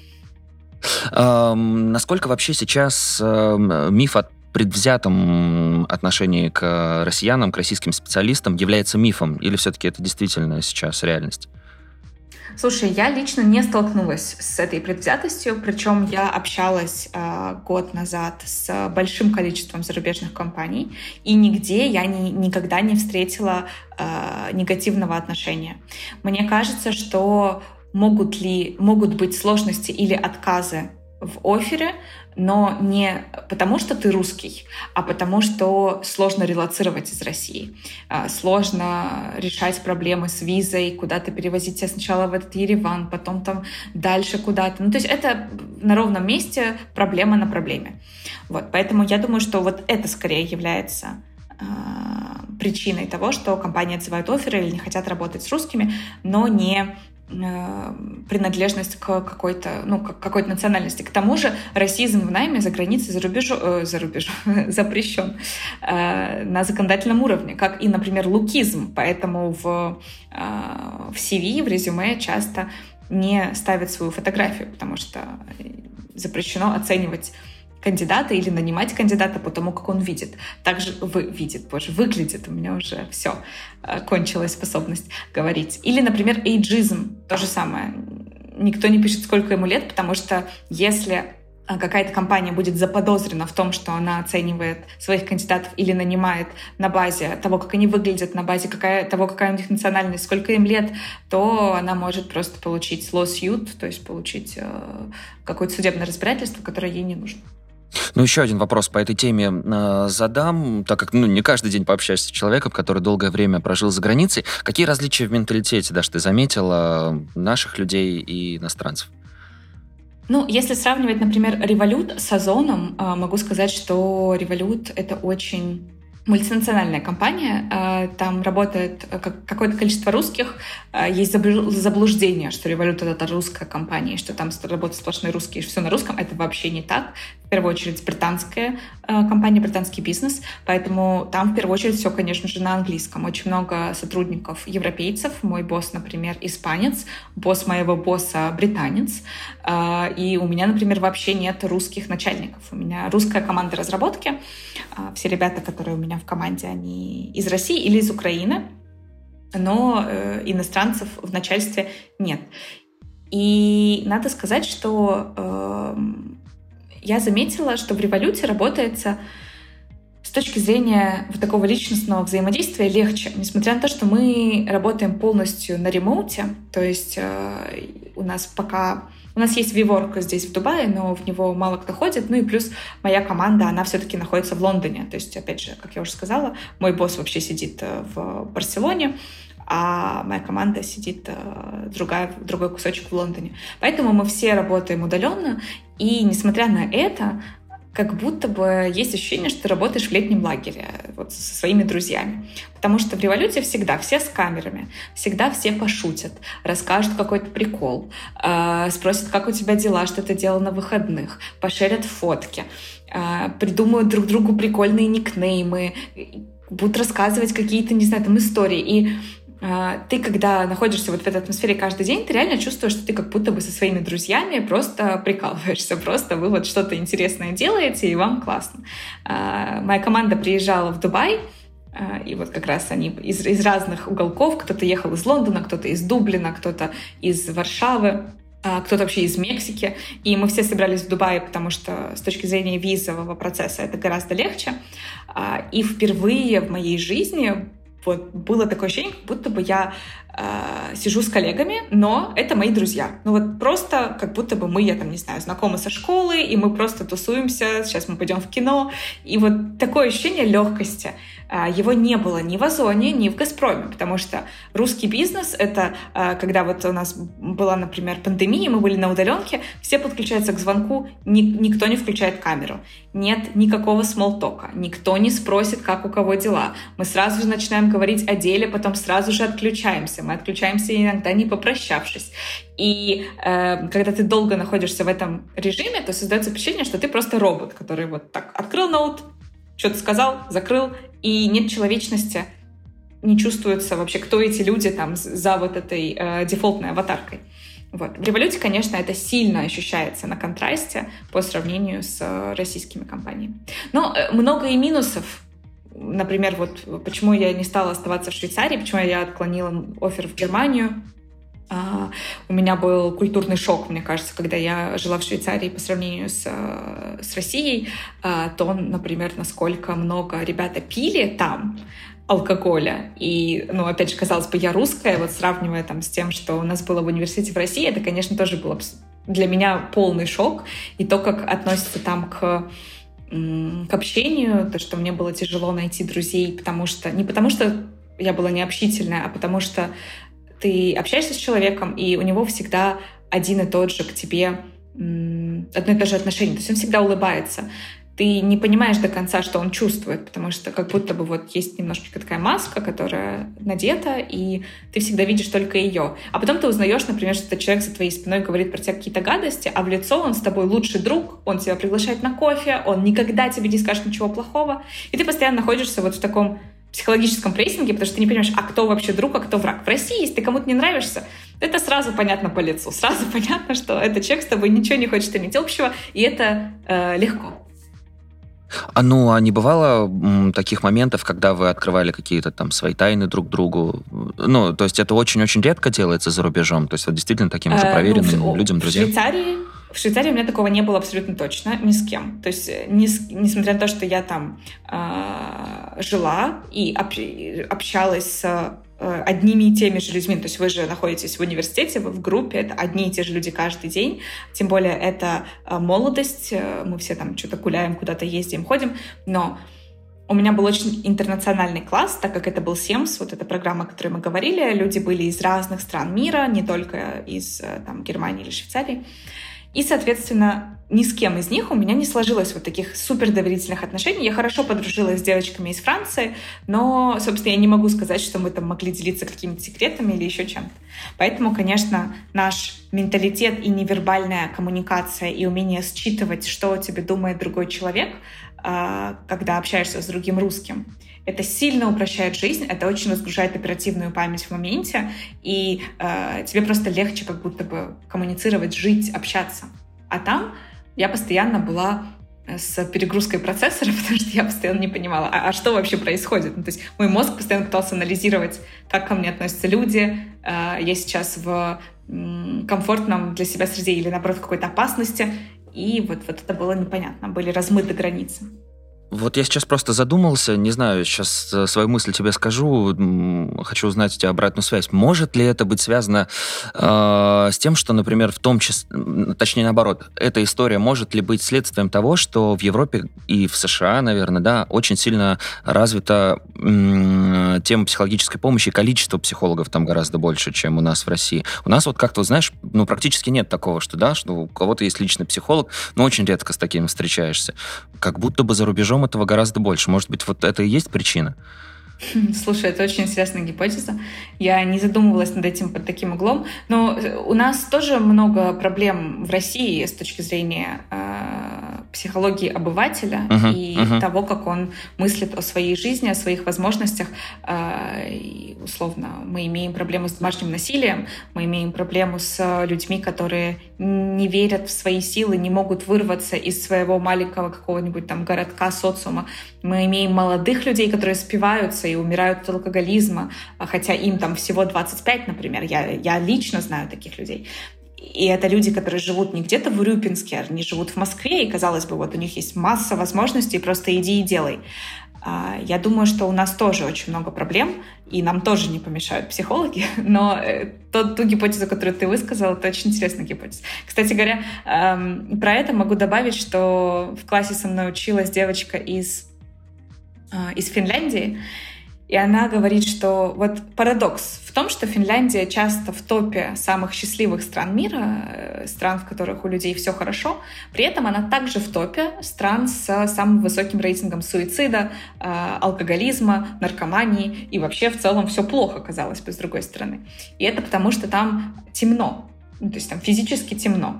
Эм, насколько вообще сейчас э, миф о предвзятом отношении к россиянам, к российским специалистам является мифом? Или все-таки это действительно сейчас реальность? Слушай, я лично не столкнулась с этой предвзятостью, причем я общалась э, год назад с большим количеством зарубежных компаний, и нигде я ни, никогда не встретила э, негативного отношения. Мне кажется, что могут ли, могут быть сложности или отказы в оффере, но не потому, что ты русский, а потому, что сложно релоцировать из России. Сложно решать проблемы с визой, куда-то перевозить тебя сначала в этот Ереван, потом там дальше куда-то. Ну, то есть это на ровном месте проблема на проблеме. Вот, поэтому я думаю, что вот это скорее является э, причиной того, что компании отзывают офферы или не хотят работать с русскими, но не принадлежность к какой-то, ну, к какой-то национальности. К тому же расизм в найме за границей, за рубежом, э, за рубежом запрещен э, на законодательном уровне, как и, например, лукизм. Поэтому в, э, в си ви, в резюме часто не ставят свою фотографию, потому что запрещено оценивать кандидата или нанимать кандидата по тому, как он видит. Также вы видит, боже, выглядит. У меня уже все, кончилась способность говорить. Или, например, эйджизм. То же самое. Никто не пишет, сколько ему лет, потому что если какая-то компания будет заподозрена в том, что она оценивает своих кандидатов или нанимает на базе того, как они выглядят, на базе какая, того, какая у них национальность, сколько им лет, то она может просто получить lawsuit, то есть получить э, какое-то судебное разбирательство, которое ей не нужно. Ну, еще один вопрос по этой теме э, задам, так как ну, не каждый день пообщаешься с человеком, который долгое время прожил за границей. Какие различия в менталитете, Даш, ты заметила, наших людей и иностранцев? Ну, если сравнивать, например, Revolut с Озоном, э, могу сказать, что Revolut — это очень мультинациональная компания, там работает какое-то количество русских, есть заблуждение, что Revolut — это русская компания, что там работают сплошные русские, что все на русском. Это вообще не так. В первую очередь британская компания, британский бизнес, поэтому там в первую очередь все, конечно же, на английском. Очень много сотрудников европейцев. Мой босс, например, испанец, босс моего босса британец, и у меня, например, вообще нет русских начальников. У меня русская команда разработки. Все ребята, которые у меня в команде, они из России или из Украины, но э, иностранцев в начальстве нет. И надо сказать, что э, я заметила, что в Revolut работается с точки зрения вот такого личностного взаимодействия легче, несмотря на то, что мы работаем полностью на ремоуте, то есть э, у нас пока У нас есть WeWork здесь, в Дубае, но в него мало кто ходит. Ну и плюс моя команда, она все-таки находится в Лондоне. То есть, опять же, как я уже сказала, мой босс вообще сидит в Барселоне, а моя команда сидит другая, другой кусочек в Лондоне. Поэтому мы все работаем удаленно, и несмотря на это, как будто бы есть ощущение, что ты работаешь в летнем лагере вот, со своими друзьями. Потому что в революции всегда все с камерами, всегда все пошутят, расскажут какой-то прикол, э, спросят, как у тебя дела, что ты делал на выходных, пошерят фотки, э, придумают друг другу прикольные никнеймы, будут рассказывать какие-то, не знаю, там истории. И ты, когда находишься вот в этой атмосфере каждый день, ты реально чувствуешь, что ты как будто бы со своими друзьями просто прикалываешься, просто вы вот что-то интересное делаете, и вам классно. Моя команда приезжала в Дубай, и вот как раз они из, из разных уголков, кто-то ехал из Лондона, кто-то из Дублина, кто-то из Варшавы, кто-то вообще из Мексики, и мы все собирались в Дубае, потому что с точки зрения визового процесса это гораздо легче. И впервые в моей жизни вот было такое ощущение, как будто бы я э, сижу с коллегами, но это мои друзья. Ну вот просто как будто бы мы, я там, не знаю, знакомы со школы, и мы просто тусуемся, сейчас мы пойдем в кино. И вот такое ощущение легкости, э, его не было ни в Озоне, ни в Газпроме, потому что русский бизнес — это э, когда вот у нас была, например, пандемия, мы были на удаленке, все подключаются к звонку, ни, никто не включает камеру. Нет никакого смолтока, никто не спросит, как у кого дела. Мы сразу же начинаем говорить о деле, потом сразу же отключаемся. Мы отключаемся иногда не попрощавшись. И э, когда ты долго находишься в этом режиме, то создается впечатление, что ты просто робот, который вот так открыл ноут, что-то сказал, закрыл, и нет человечности, не чувствуется вообще, кто эти люди там за вот этой э, дефолтной аватаркой. Вот. В революции, конечно, это сильно ощущается на контрасте по сравнению с российскими компаниями. Но много и минусов. Например, вот почему я не стала оставаться в Швейцарии, почему я отклонила оффер в Германию. Uh, у меня был культурный шок, мне кажется, когда я жила в Швейцарии по сравнению с, с Россией, uh, то, например, насколько много ребята пили там алкоголя. И, ну, опять же, казалось бы, я русская, вот сравнивая там с тем, что у нас было в университете в России, это, конечно, тоже был для меня полный шок. И то, как относятся там к к общению, то, что мне было тяжело найти друзей, потому что не потому что я была необщительная, а потому что ты общаешься с человеком, и у него всегда один и тот же к тебе одно и то же отношение. То есть он всегда улыбается. Ты не понимаешь до конца, что он чувствует, потому что как будто бы вот есть немножечко такая маска, которая надета, и ты всегда видишь только ее. А потом ты узнаешь, например, что этот человек за твоей спиной говорит про тебя какие-то гадости, а в лицо он с тобой лучший друг, он тебя приглашает на кофе, он никогда тебе не скажет ничего плохого. И ты постоянно находишься вот в таком психологическом прессинге, потому что ты не понимаешь, а кто вообще друг, а кто враг. В России, если ты кому-то не нравишься, это сразу понятно по лицу. Сразу понятно, что этот человек с тобой ничего не хочет иметь общего, и это э, легко. А ну, а не бывало м, таких моментов, когда вы открывали какие-то там свои тайны друг другу? Ну, то есть это очень-очень редко делается за рубежом? То есть вот действительно таким уже проверенным э, ну, людям, друзьям? В Швейцарии, в Швейцарии у меня такого не было абсолютно точно, ни с кем. То есть ни с, несмотря на то, что я там э, жила и об, общалась с одними и теми же людьми, то есть вы же находитесь в университете, вы в группе, это одни и те же люди каждый день, тем более это молодость, мы все там что-то гуляем, куда-то ездим, ходим, но у меня был очень интернациональный класс, так как это был семс, вот эта программа, о которой мы говорили, люди были из разных стран мира, не только из там, Германии или Швейцарии. И, соответственно, ни с кем из них у меня не сложилось вот таких супердоверительных отношений. Я хорошо подружилась с девочками из Франции, но, собственно, я не могу сказать, что мы там могли делиться какими-то секретами или еще чем-то. Поэтому, конечно, наш менталитет и невербальная коммуникация и умение считывать, что о тебе думает другой человек, когда общаешься с другим русским, это сильно упрощает жизнь, это очень разгружает оперативную память в моменте, и э, тебе просто легче как будто бы коммуницировать, жить, общаться. А там я постоянно была с перегрузкой процессора, потому что я постоянно не понимала, а, а что вообще происходит. Ну, то есть мой мозг постоянно пытался анализировать, как ко мне относятся люди, э, я сейчас в м, комфортном для себя среде или, наоборот, в какой-то опасности, и вот, вот это было непонятно, были размыты границы. Вот я сейчас просто задумался, не знаю, сейчас э, свою мысль тебе скажу, м, хочу узнать у тебя обратную связь. Может ли это быть связано э, с тем, что, например, в том числе, м, точнее наоборот, эта история может ли быть следствием того, что в Европе и в США, наверное, да, очень сильно развита м, тема психологической помощи, и количество психологов там гораздо больше, чем у нас в России. У нас вот как-то, знаешь, ну практически нет такого, что да, что у кого-то есть личный психолог, но очень редко с таким встречаешься. Как будто бы за рубежом этого гораздо больше. Может быть, вот это и есть причина? Слушай, это очень интересная гипотеза. Я не задумывалась над этим под таким углом. Но у нас тоже много проблем в России с точки зрения э, психологии обывателя Мгм, и мгм. того, как он мыслит о своей жизни, о своих возможностях. Э, и, условно, мы имеем проблему с домашним насилием, мы имеем проблему с людьми, которые не верят в свои силы, не могут вырваться из своего маленького какого-нибудь там городка, социума. Мы имеем молодых людей, которые спиваются и умирают от алкоголизма, хотя им там всего двадцать пять, например. Я, я лично знаю таких людей. И это люди, которые живут не где-то в Урюпинске, они живут в Москве, и, казалось бы, вот у них есть масса возможностей, просто иди и делай. Я думаю, что у нас тоже очень много проблем, и нам тоже не помешают психологи, но ту, ту гипотезу, которую ты высказала, это очень интересная гипотеза. Кстати говоря, про это могу добавить, что в классе со мной училась девочка из, из Финляндии, и она говорит, что вот парадокс в том, что Финляндия часто в топе самых счастливых стран мира, стран, в которых у людей все хорошо, при этом она также в топе стран с самым высоким рейтингом суицида, алкоголизма, наркомании, и вообще в целом все плохо, казалось бы, с другой стороны. И это потому, что там темно, то есть там физически темно.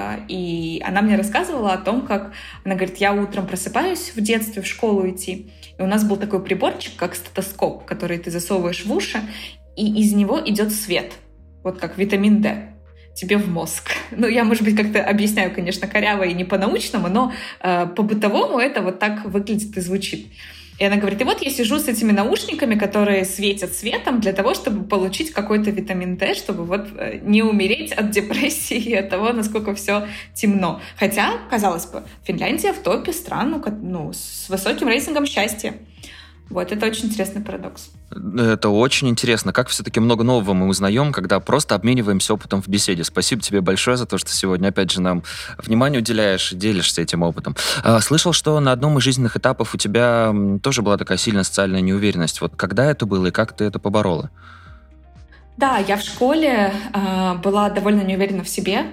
И она мне рассказывала о том, как... Она говорит, я утром просыпаюсь в детстве в школу идти, и у нас был такой приборчик, как стетоскоп, который ты засовываешь в уши, и из него идет свет, вот как витамин D, тебе в мозг. Ну, я, может быть, как-то объясняю, конечно, коряво и не по-научному, но э, по-бытовому это вот так выглядит и звучит. И она говорит, и вот я сижу с этими наушниками, которые светят светом для того, чтобы получить какой-то витамин D, чтобы вот не умереть от депрессии и от того, насколько все темно. Хотя, казалось бы, Финляндия в топе стран, ну, с высоким рейтингом счастья. Вот, это очень интересный парадокс. Это очень интересно, как все-таки много нового мы узнаем, когда просто обмениваемся опытом в беседе. Спасибо тебе большое за то, что сегодня, опять же, нам внимание уделяешь и делишься этим опытом. Слышал, что на одном из жизненных этапов у тебя тоже была такая сильная социальная неуверенность. Вот когда это было и как ты это поборола? Да, я в школе э, была довольно неуверена в себе.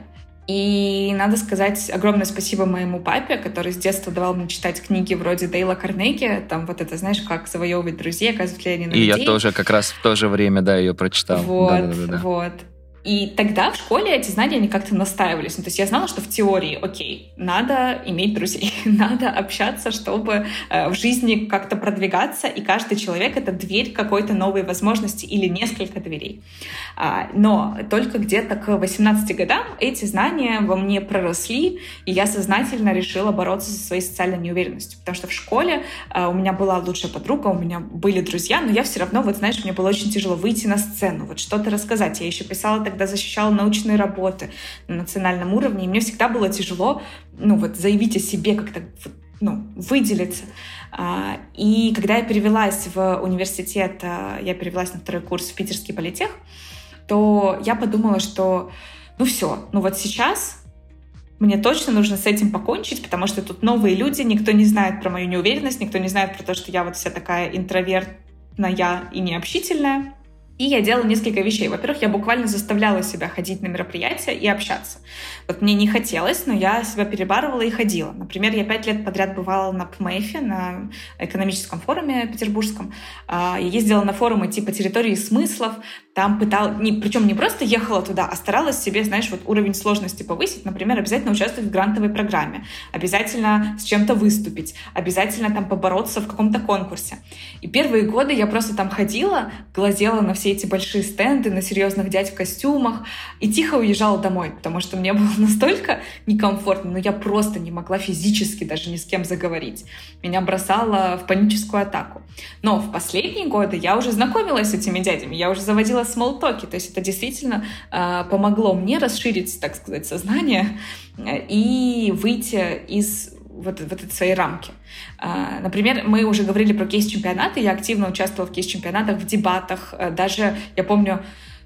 И надо сказать огромное спасибо моему папе, который с детства давал мне читать книги вроде Дейла Карнеги. Там вот это, знаешь, как завоевывать друзей, оказывать влияние на И людей. я тоже как раз в то же время, да, ее прочитал. Вот, Да-да-да-да. вот. И тогда в школе эти знания, они как-то настаивались. Ну, то есть я знала, что в теории, окей, надо иметь друзей, надо общаться, чтобы э, в жизни как-то продвигаться, и каждый человек — это дверь какой-то новой возможности или несколько дверей. А, но только где-то к восемнадцати годам эти знания во мне проросли, и я сознательно решила бороться со своей социальной неуверенностью. Потому что в школе э, у меня была лучшая подруга, у меня были друзья, но я все равно, вот знаешь, мне было очень тяжело выйти на сцену, вот что-то рассказать. Я еще писала когда защищала научные работы на национальном уровне, и мне всегда было тяжело, ну вот, заявить о себе, как-то, ну, выделиться. И когда я перевелась в университет, я перевелась на второй курс в Питерский политех, то я подумала, что, ну все, ну вот сейчас мне точно нужно с этим покончить, потому что тут новые люди, никто не знает про мою неуверенность, никто не знает про то, что я вот вся такая интровертная и необщительная. И я делала несколько вещей. Во-первых, я буквально заставляла себя ходить на мероприятия и общаться. Вот мне не хотелось, но я себя перебарывала и ходила. Например, я пять лет подряд бывала на ПМЭФе, на экономическом форуме петербургском. Я ездила на форумы типа «Территории смыслов». Там пыталась, не, причем не просто ехала туда, а старалась себе, знаешь, вот уровень сложности повысить. Например, обязательно участвовать в грантовой программе, обязательно с чем-то выступить, обязательно там побороться в каком-то конкурсе. И первые годы я просто там ходила, глазела на все эти большие стенды, на серьезных дядь в костюмах и тихо уезжала домой, потому что мне было настолько некомфортно, но я просто не могла физически даже ни с кем заговорить. Меня бросало в паническую атаку. Но в последние годы я уже знакомилась с этими дядями, я уже заводила смолтоки, то есть это действительно э, помогло мне расширить, так сказать, сознание и выйти из вот, вот эти свои рамки. Например, мы уже говорили про кейс-чемпионаты, я активно участвовала в кейс-чемпионатах, в дебатах, даже, я помню,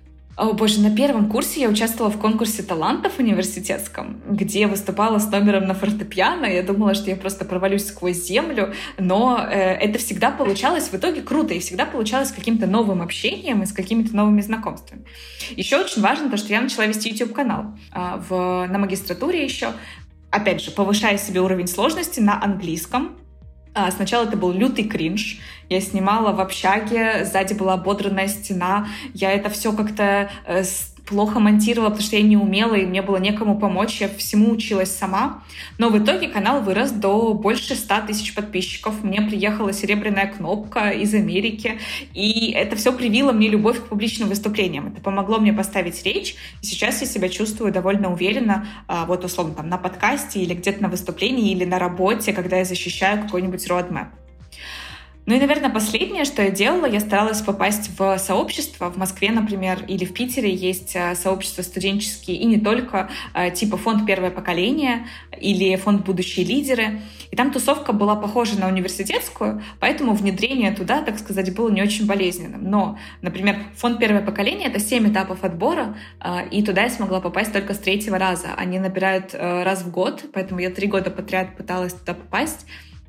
о боже, на первом курсе я участвовала в конкурсе талантов университетском, где выступала с номером на фортепиано. Я думала, что я просто провалюсь сквозь землю, но э, это всегда получалось в итоге круто, и всегда получалось с каким-то новым общением и с какими-то новыми знакомствами. Еще очень важно то, что я начала вести YouTube-канал э, в, на магистратуре еще, опять же, повышая себе уровень сложности на английском. Сначала это был лютый кринж. Я снимала в общаге, сзади была ободранная стена. Я это все как-то э, плохо монтировала, потому что я не умела, и мне было некому помочь. Я всему училась сама. Но в итоге канал вырос до больше ста тысяч подписчиков. Мне приехала серебряная кнопка из Америки. И это все привило мне любовь к публичным выступлениям. Это помогло мне поставить речь. И сейчас я себя чувствую довольно уверенно, э, вот условно там на подкасте или где-то на выступлении, или на работе, когда я защищаю какой-нибудь roadmap. Ну и, наверное, последнее, что я делала, я старалась попасть в сообщество. В Москве, например, или в Питере есть сообщества студенческие, и не только, типа фонд «Первое поколение» или фонд «Будущие лидеры». И там тусовка была похожа на университетскую, поэтому внедрение туда, так сказать, было не очень болезненным. Но, например, фонд «Первое поколение» — это семь этапов отбора, и туда я смогла попасть только с третьего раза. Они набирают раз в год, поэтому я три года подряд пыталась туда попасть.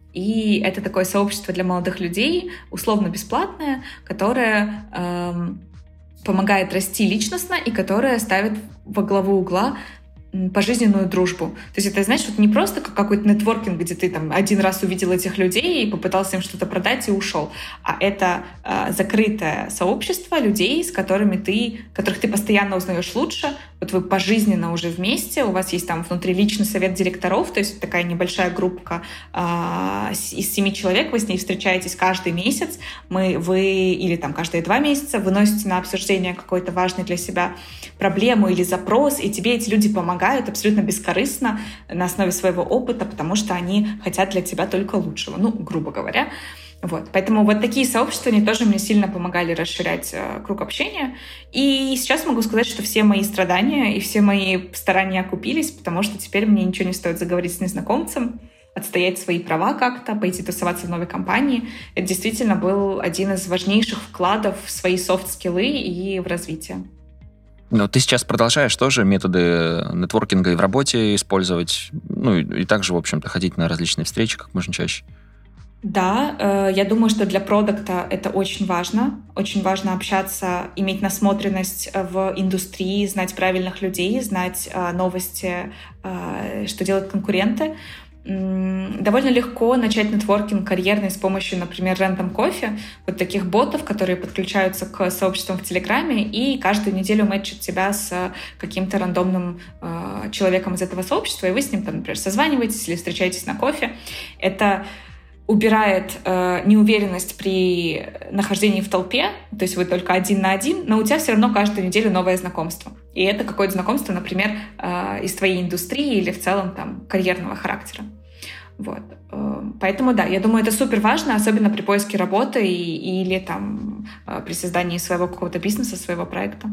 И это такое сообщество для молодых людей, условно бесплатное, которое эм, помогает расти личностно и которое ставит во главу угла пожизненную дружбу. То есть это, знаешь, вот не просто как какой-то нетворкинг, где ты там один раз увидел этих людей и попытался им что-то продать и ушел, а это э, закрытое сообщество людей, с которыми ты, которых ты постоянно узнаешь лучше. Вот вы пожизненно уже вместе, у вас есть там внутри личный совет директоров, то есть такая небольшая группка э, из семи человек, вы с ней встречаетесь каждый месяц, мы, вы или там каждые два месяца выносите на обсуждение какой-то важный для себя проблему или запрос, и тебе эти люди помогают абсолютно бескорыстно на основе своего опыта, потому что они хотят для тебя только лучшего, ну, грубо говоря. Вот. Поэтому вот такие сообщества, они тоже мне сильно помогали расширять э, круг общения. И сейчас могу сказать, что все мои страдания и все мои старания окупились, потому что теперь мне ничего не стоит заговорить с незнакомцем, отстоять свои права как-то, пойти тусоваться в новой компании. Это действительно был один из важнейших вкладов в свои софт-скиллы и в развитие. Но ты сейчас продолжаешь тоже методы нетворкинга и в работе использовать, ну и, и также, в общем-то, ходить на различные встречи как можно чаще? Да, э, я думаю, что для продукта это очень важно. Очень важно общаться, иметь насмотренность в индустрии, знать правильных людей, знать э, новости, э, что делают конкуренты. Довольно легко начать нетворкинг карьерный с помощью, например, Random Coffee, вот таких ботов, которые подключаются к сообществам в Телеграме и каждую неделю мэтчат тебя с каким-то рандомным э, человеком из этого сообщества, и вы с ним, там, например, созваниваетесь или встречаетесь на кофе. Это убирает э, неуверенность при нахождении в толпе, то есть вы только один на один, но у тебя все равно каждую неделю новое знакомство. И это какое-то знакомство, например, э, из твоей индустрии или в целом там карьерного характера. Вот. Поэтому, да, я думаю, это супер важно, особенно при поиске работы и, или там при создании своего какого-то бизнеса, своего проекта.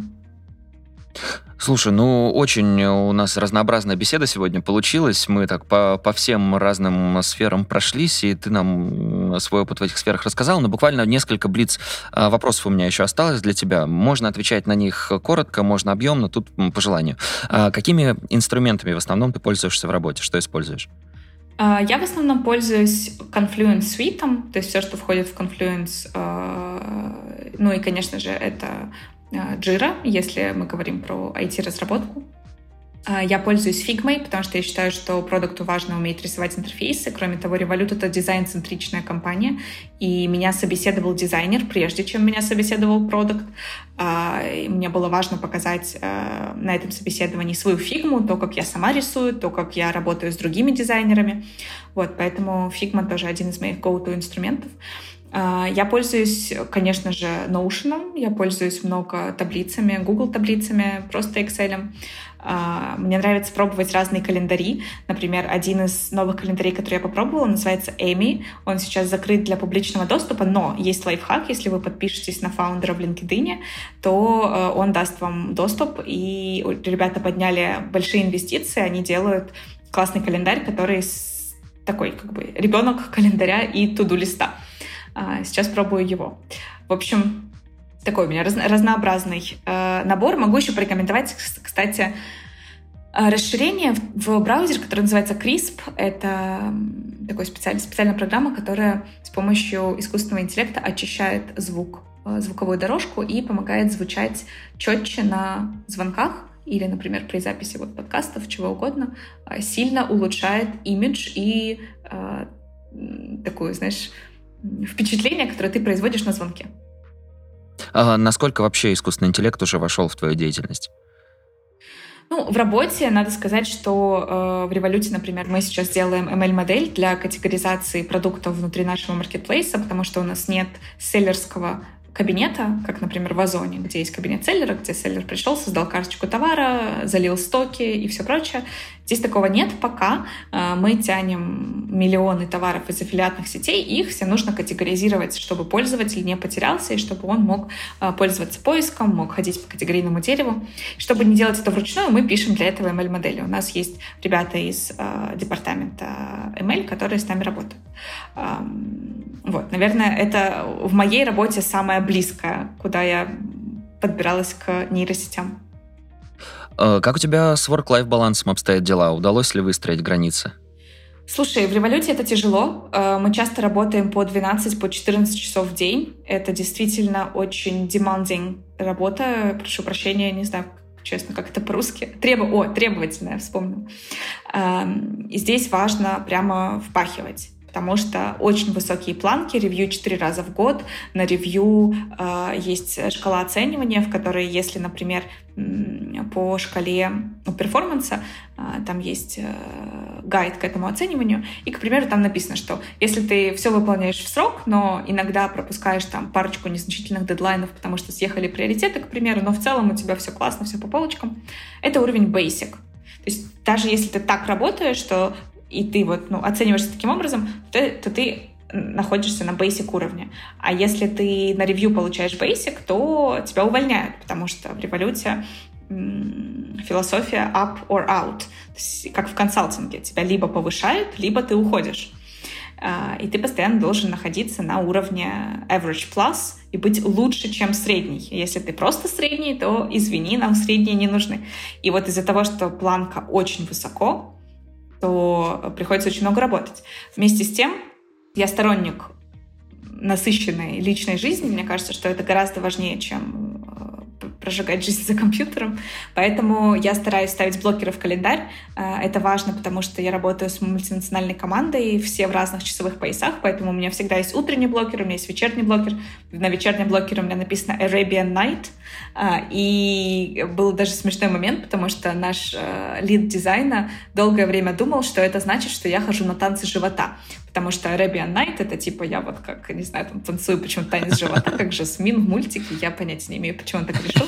Слушай, ну очень у нас разнообразная беседа сегодня получилась. Мы так по, по всем разным сферам прошлись, и ты нам свой опыт в этих сферах рассказал. Но буквально несколько блиц вопросов у меня еще осталось для тебя. Можно отвечать на них коротко, можно объемно, тут по желанию. Какими инструментами в основном ты пользуешься в работе? Что используешь? Я в основном пользуюсь Confluence Suite, то есть все, что входит в Confluence. Ну и, конечно же, это Jira, если мы говорим про ай ти-разработку. Я пользуюсь Figma, потому что я считаю, что продукту важно уметь рисовать интерфейсы. Кроме того, Revolut — это дизайн-центричная компания, и меня собеседовал дизайнер, прежде чем меня собеседовал продукт. Мне было важно показать на этом собеседовании свою Figma, то, как я сама рисую, то, как я работаю с другими дизайнерами. Вот, поэтому Figma тоже один из моих go-to инструментов. Я пользуюсь, конечно же, Notion, я пользуюсь много таблицами, Google таблицами, просто Excel. Мне нравится пробовать разные календари. Например, один из новых календарей, который я попробовала, называется Amy. Он сейчас закрыт для публичного доступа, но есть лайфхак. Если вы подпишетесь на фаундера в LinkedIn, то он даст вам доступ. И ребята подняли большие инвестиции, они делают классный календарь, который такой как бы ребенок календаря и туду-листа. Сейчас пробую его. В общем, такой у меня раз, разнообразный э, набор. Могу еще порекомендовать, кстати, расширение в, в браузер, которое называется Crisp. Это такая специальная, специальная программа, которая с помощью искусственного интеллекта очищает звук, э, звуковую дорожку и помогает звучать четче на звонках или, например, при записи вот подкастов, чего угодно, э, сильно улучшает имидж и э, такую, знаешь, впечатление, которое ты производишь на звонке. А насколько вообще искусственный интеллект уже вошел в твою деятельность? Ну, в работе надо сказать, что э, в Revolut, например, мы сейчас делаем эм эл-модель для категоризации продуктов внутри нашего маркетплейса, потому что у нас нет селлерского кабинета, как, например, в Озоне, где есть кабинет селлера, где селлер пришел, создал карточку товара, залил стоки и все прочее. Здесь такого нет пока. Мы тянем миллионы товаров из аффилиатных сетей, и их все нужно категоризировать, чтобы пользователь не потерялся, и чтобы он мог пользоваться поиском, мог ходить по категорийному дереву. Чтобы не делать это вручную, мы пишем для этого эм эл-модели. У нас есть ребята из э, департамента эм эл, которые с нами работают. Эм, вот, наверное, это в моей работе самое близкое, куда я подбиралась к нейросетям. Как у тебя с work-life балансом обстоят дела? Удалось ли выстроить границы? Слушай, в Revolut это тяжело. Мы часто работаем по двенадцать, по четырнадцать часов в день. Это действительно очень demanding работа. Прошу прощения, не знаю, честно, как это по-русски. Требу... О, требовательная, вспомнила. И здесь важно прямо впахивать, потому что очень высокие планки, ревью четыре раза в год. На ревью э, есть шкала оценивания, в которой, если, например, по шкале ну, перформанса, э, там есть э, гайд к этому оцениванию, и, к примеру, там написано, что если ты все выполняешь в срок, но иногда пропускаешь там парочку незначительных дедлайнов, потому что съехали приоритеты, к примеру, но в целом у тебя все классно, все по полочкам, это уровень basic. То есть даже если ты так работаешь, что и ты вот, ну, оцениваешься таким образом, то, то ты находишься на basic уровне. А если ты на ревью получаешь basic, то тебя увольняют, потому что в Revolut м- философия up or out. То есть, как в консалтинге. Тебя либо повышают, либо ты уходишь. А, и ты постоянно должен находиться на уровне average plus и быть лучше, чем средний. Если ты просто средний, то, извини, нам средние не нужны. И вот из-за того, что планка очень высоко, то приходится очень много работать. Вместе с тем, я сторонник насыщенной личной жизни. Мне кажется, что это гораздо важнее, чем прожигать жизнь за компьютером. Поэтому я стараюсь ставить блокеры в календарь. Это важно, потому что я работаю с мультинациональной командой, все в разных часовых поясах, поэтому у меня всегда есть утренний блокер, у меня есть вечерний блокер. На вечернем блокере у меня написано Arabian Night. И был даже смешной момент, потому что наш лид дизайна долгое время думал, что это значит, что я хожу на танцы живота. Потому что Arabian Night — это типа я вот как, не знаю, там танцую почему-то танец живота, как Жасмин в мультике. Я понятия не имею, почему он так решил.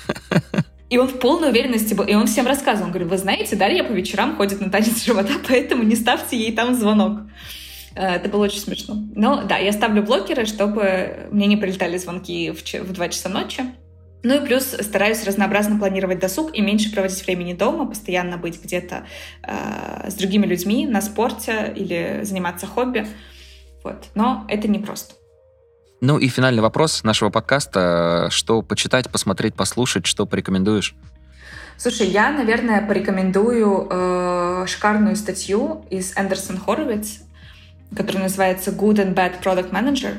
И он в полной уверенности был. И он всем рассказывал. Он говорит, вы знаете, Дарья по вечерам ходит на танец живота, поэтому не ставьте ей там звонок. Это было очень смешно. Но да, я ставлю блокеры, чтобы мне не прилетали звонки в, ч- в два часа ночи. Ну и плюс стараюсь разнообразно планировать досуг и меньше проводить времени дома, постоянно быть где-то э, с другими людьми на спорте или заниматься хобби. Вот. Но это непросто. Ну и финальный вопрос нашего подкаста. Что почитать, посмотреть, послушать, что порекомендуешь? Слушай, я, наверное, порекомендую э, шикарную статью из Андерсон Хоровиц, которая называется «Good and Bad Product Manager».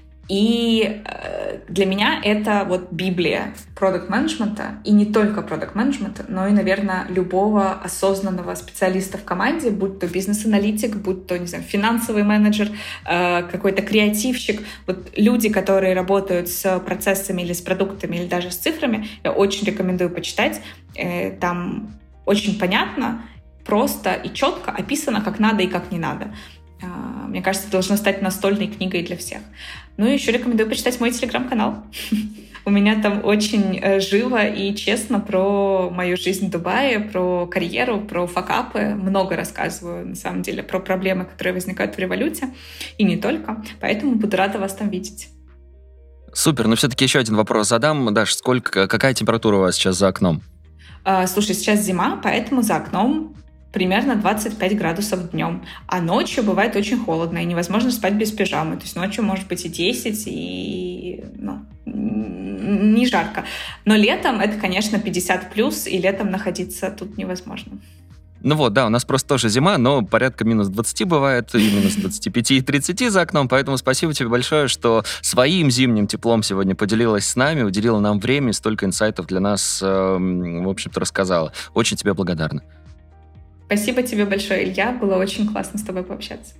И для меня это вот библия продакт-менеджмента, и не только продакт-менеджмента, но и, наверное, любого осознанного специалиста в команде, будь то бизнес-аналитик, будь то, не знаю, финансовый менеджер, какой-то креативщик. Вот люди, которые работают с процессами или с продуктами, или даже с цифрами, я очень рекомендую почитать. Там очень понятно, просто и четко описано, как надо и как не надо. Мне кажется, это должно стать настольной книгой для всех. Ну и еще рекомендую почитать мой телеграм-канал. У меня там очень живо и честно про мою жизнь в Дубае, про карьеру, про факапы. Много рассказываю, на самом деле, про проблемы, которые возникают в Revolut. И не только. Поэтому буду рада вас там видеть. Супер. Но все-таки еще один вопрос задам. Даш, сколько, какая температура у вас сейчас за окном? Слушай, сейчас зима, поэтому за окном примерно двадцать пять градусов днем. А ночью бывает очень холодно, и невозможно спать без пижамы. То есть ночью может быть и десять, и ну, не жарко. Но летом это, конечно, пятьдесят плюс, и летом находиться тут невозможно. Ну вот, да, у нас просто тоже зима, но порядка минус двадцать бывает, и минус двадцать пять и тридцать за окном, поэтому спасибо тебе большое, что своим зимним теплом сегодня поделилась с нами, уделила нам время и столько инсайтов для нас, э, в общем-то, рассказала. Очень тебе благодарна. Спасибо тебе большое, Илья. Было очень классно с тобой пообщаться.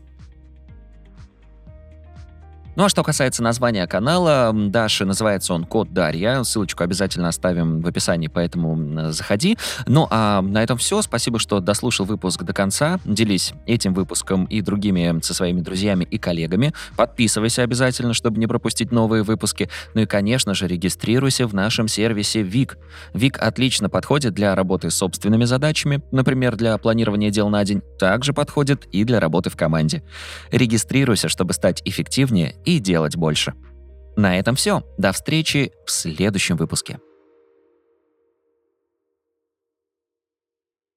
Ну а что касается названия канала, Даши, называется он «Код Дарья». Ссылочку обязательно оставим в описании, поэтому заходи. Ну а на этом все. Спасибо, что дослушал выпуск до конца. Делись этим выпуском и другими со своими друзьями и коллегами. Подписывайся обязательно, чтобы не пропустить новые выпуски. Ну и, конечно же, регистрируйся в нашем сервисе Вик. Вик отлично подходит для работы с собственными задачами, например, для планирования дел на день. Также подходит и для работы в команде. Регистрируйся, чтобы стать эффективнее и делать больше. На этом все. До встречи в следующем выпуске.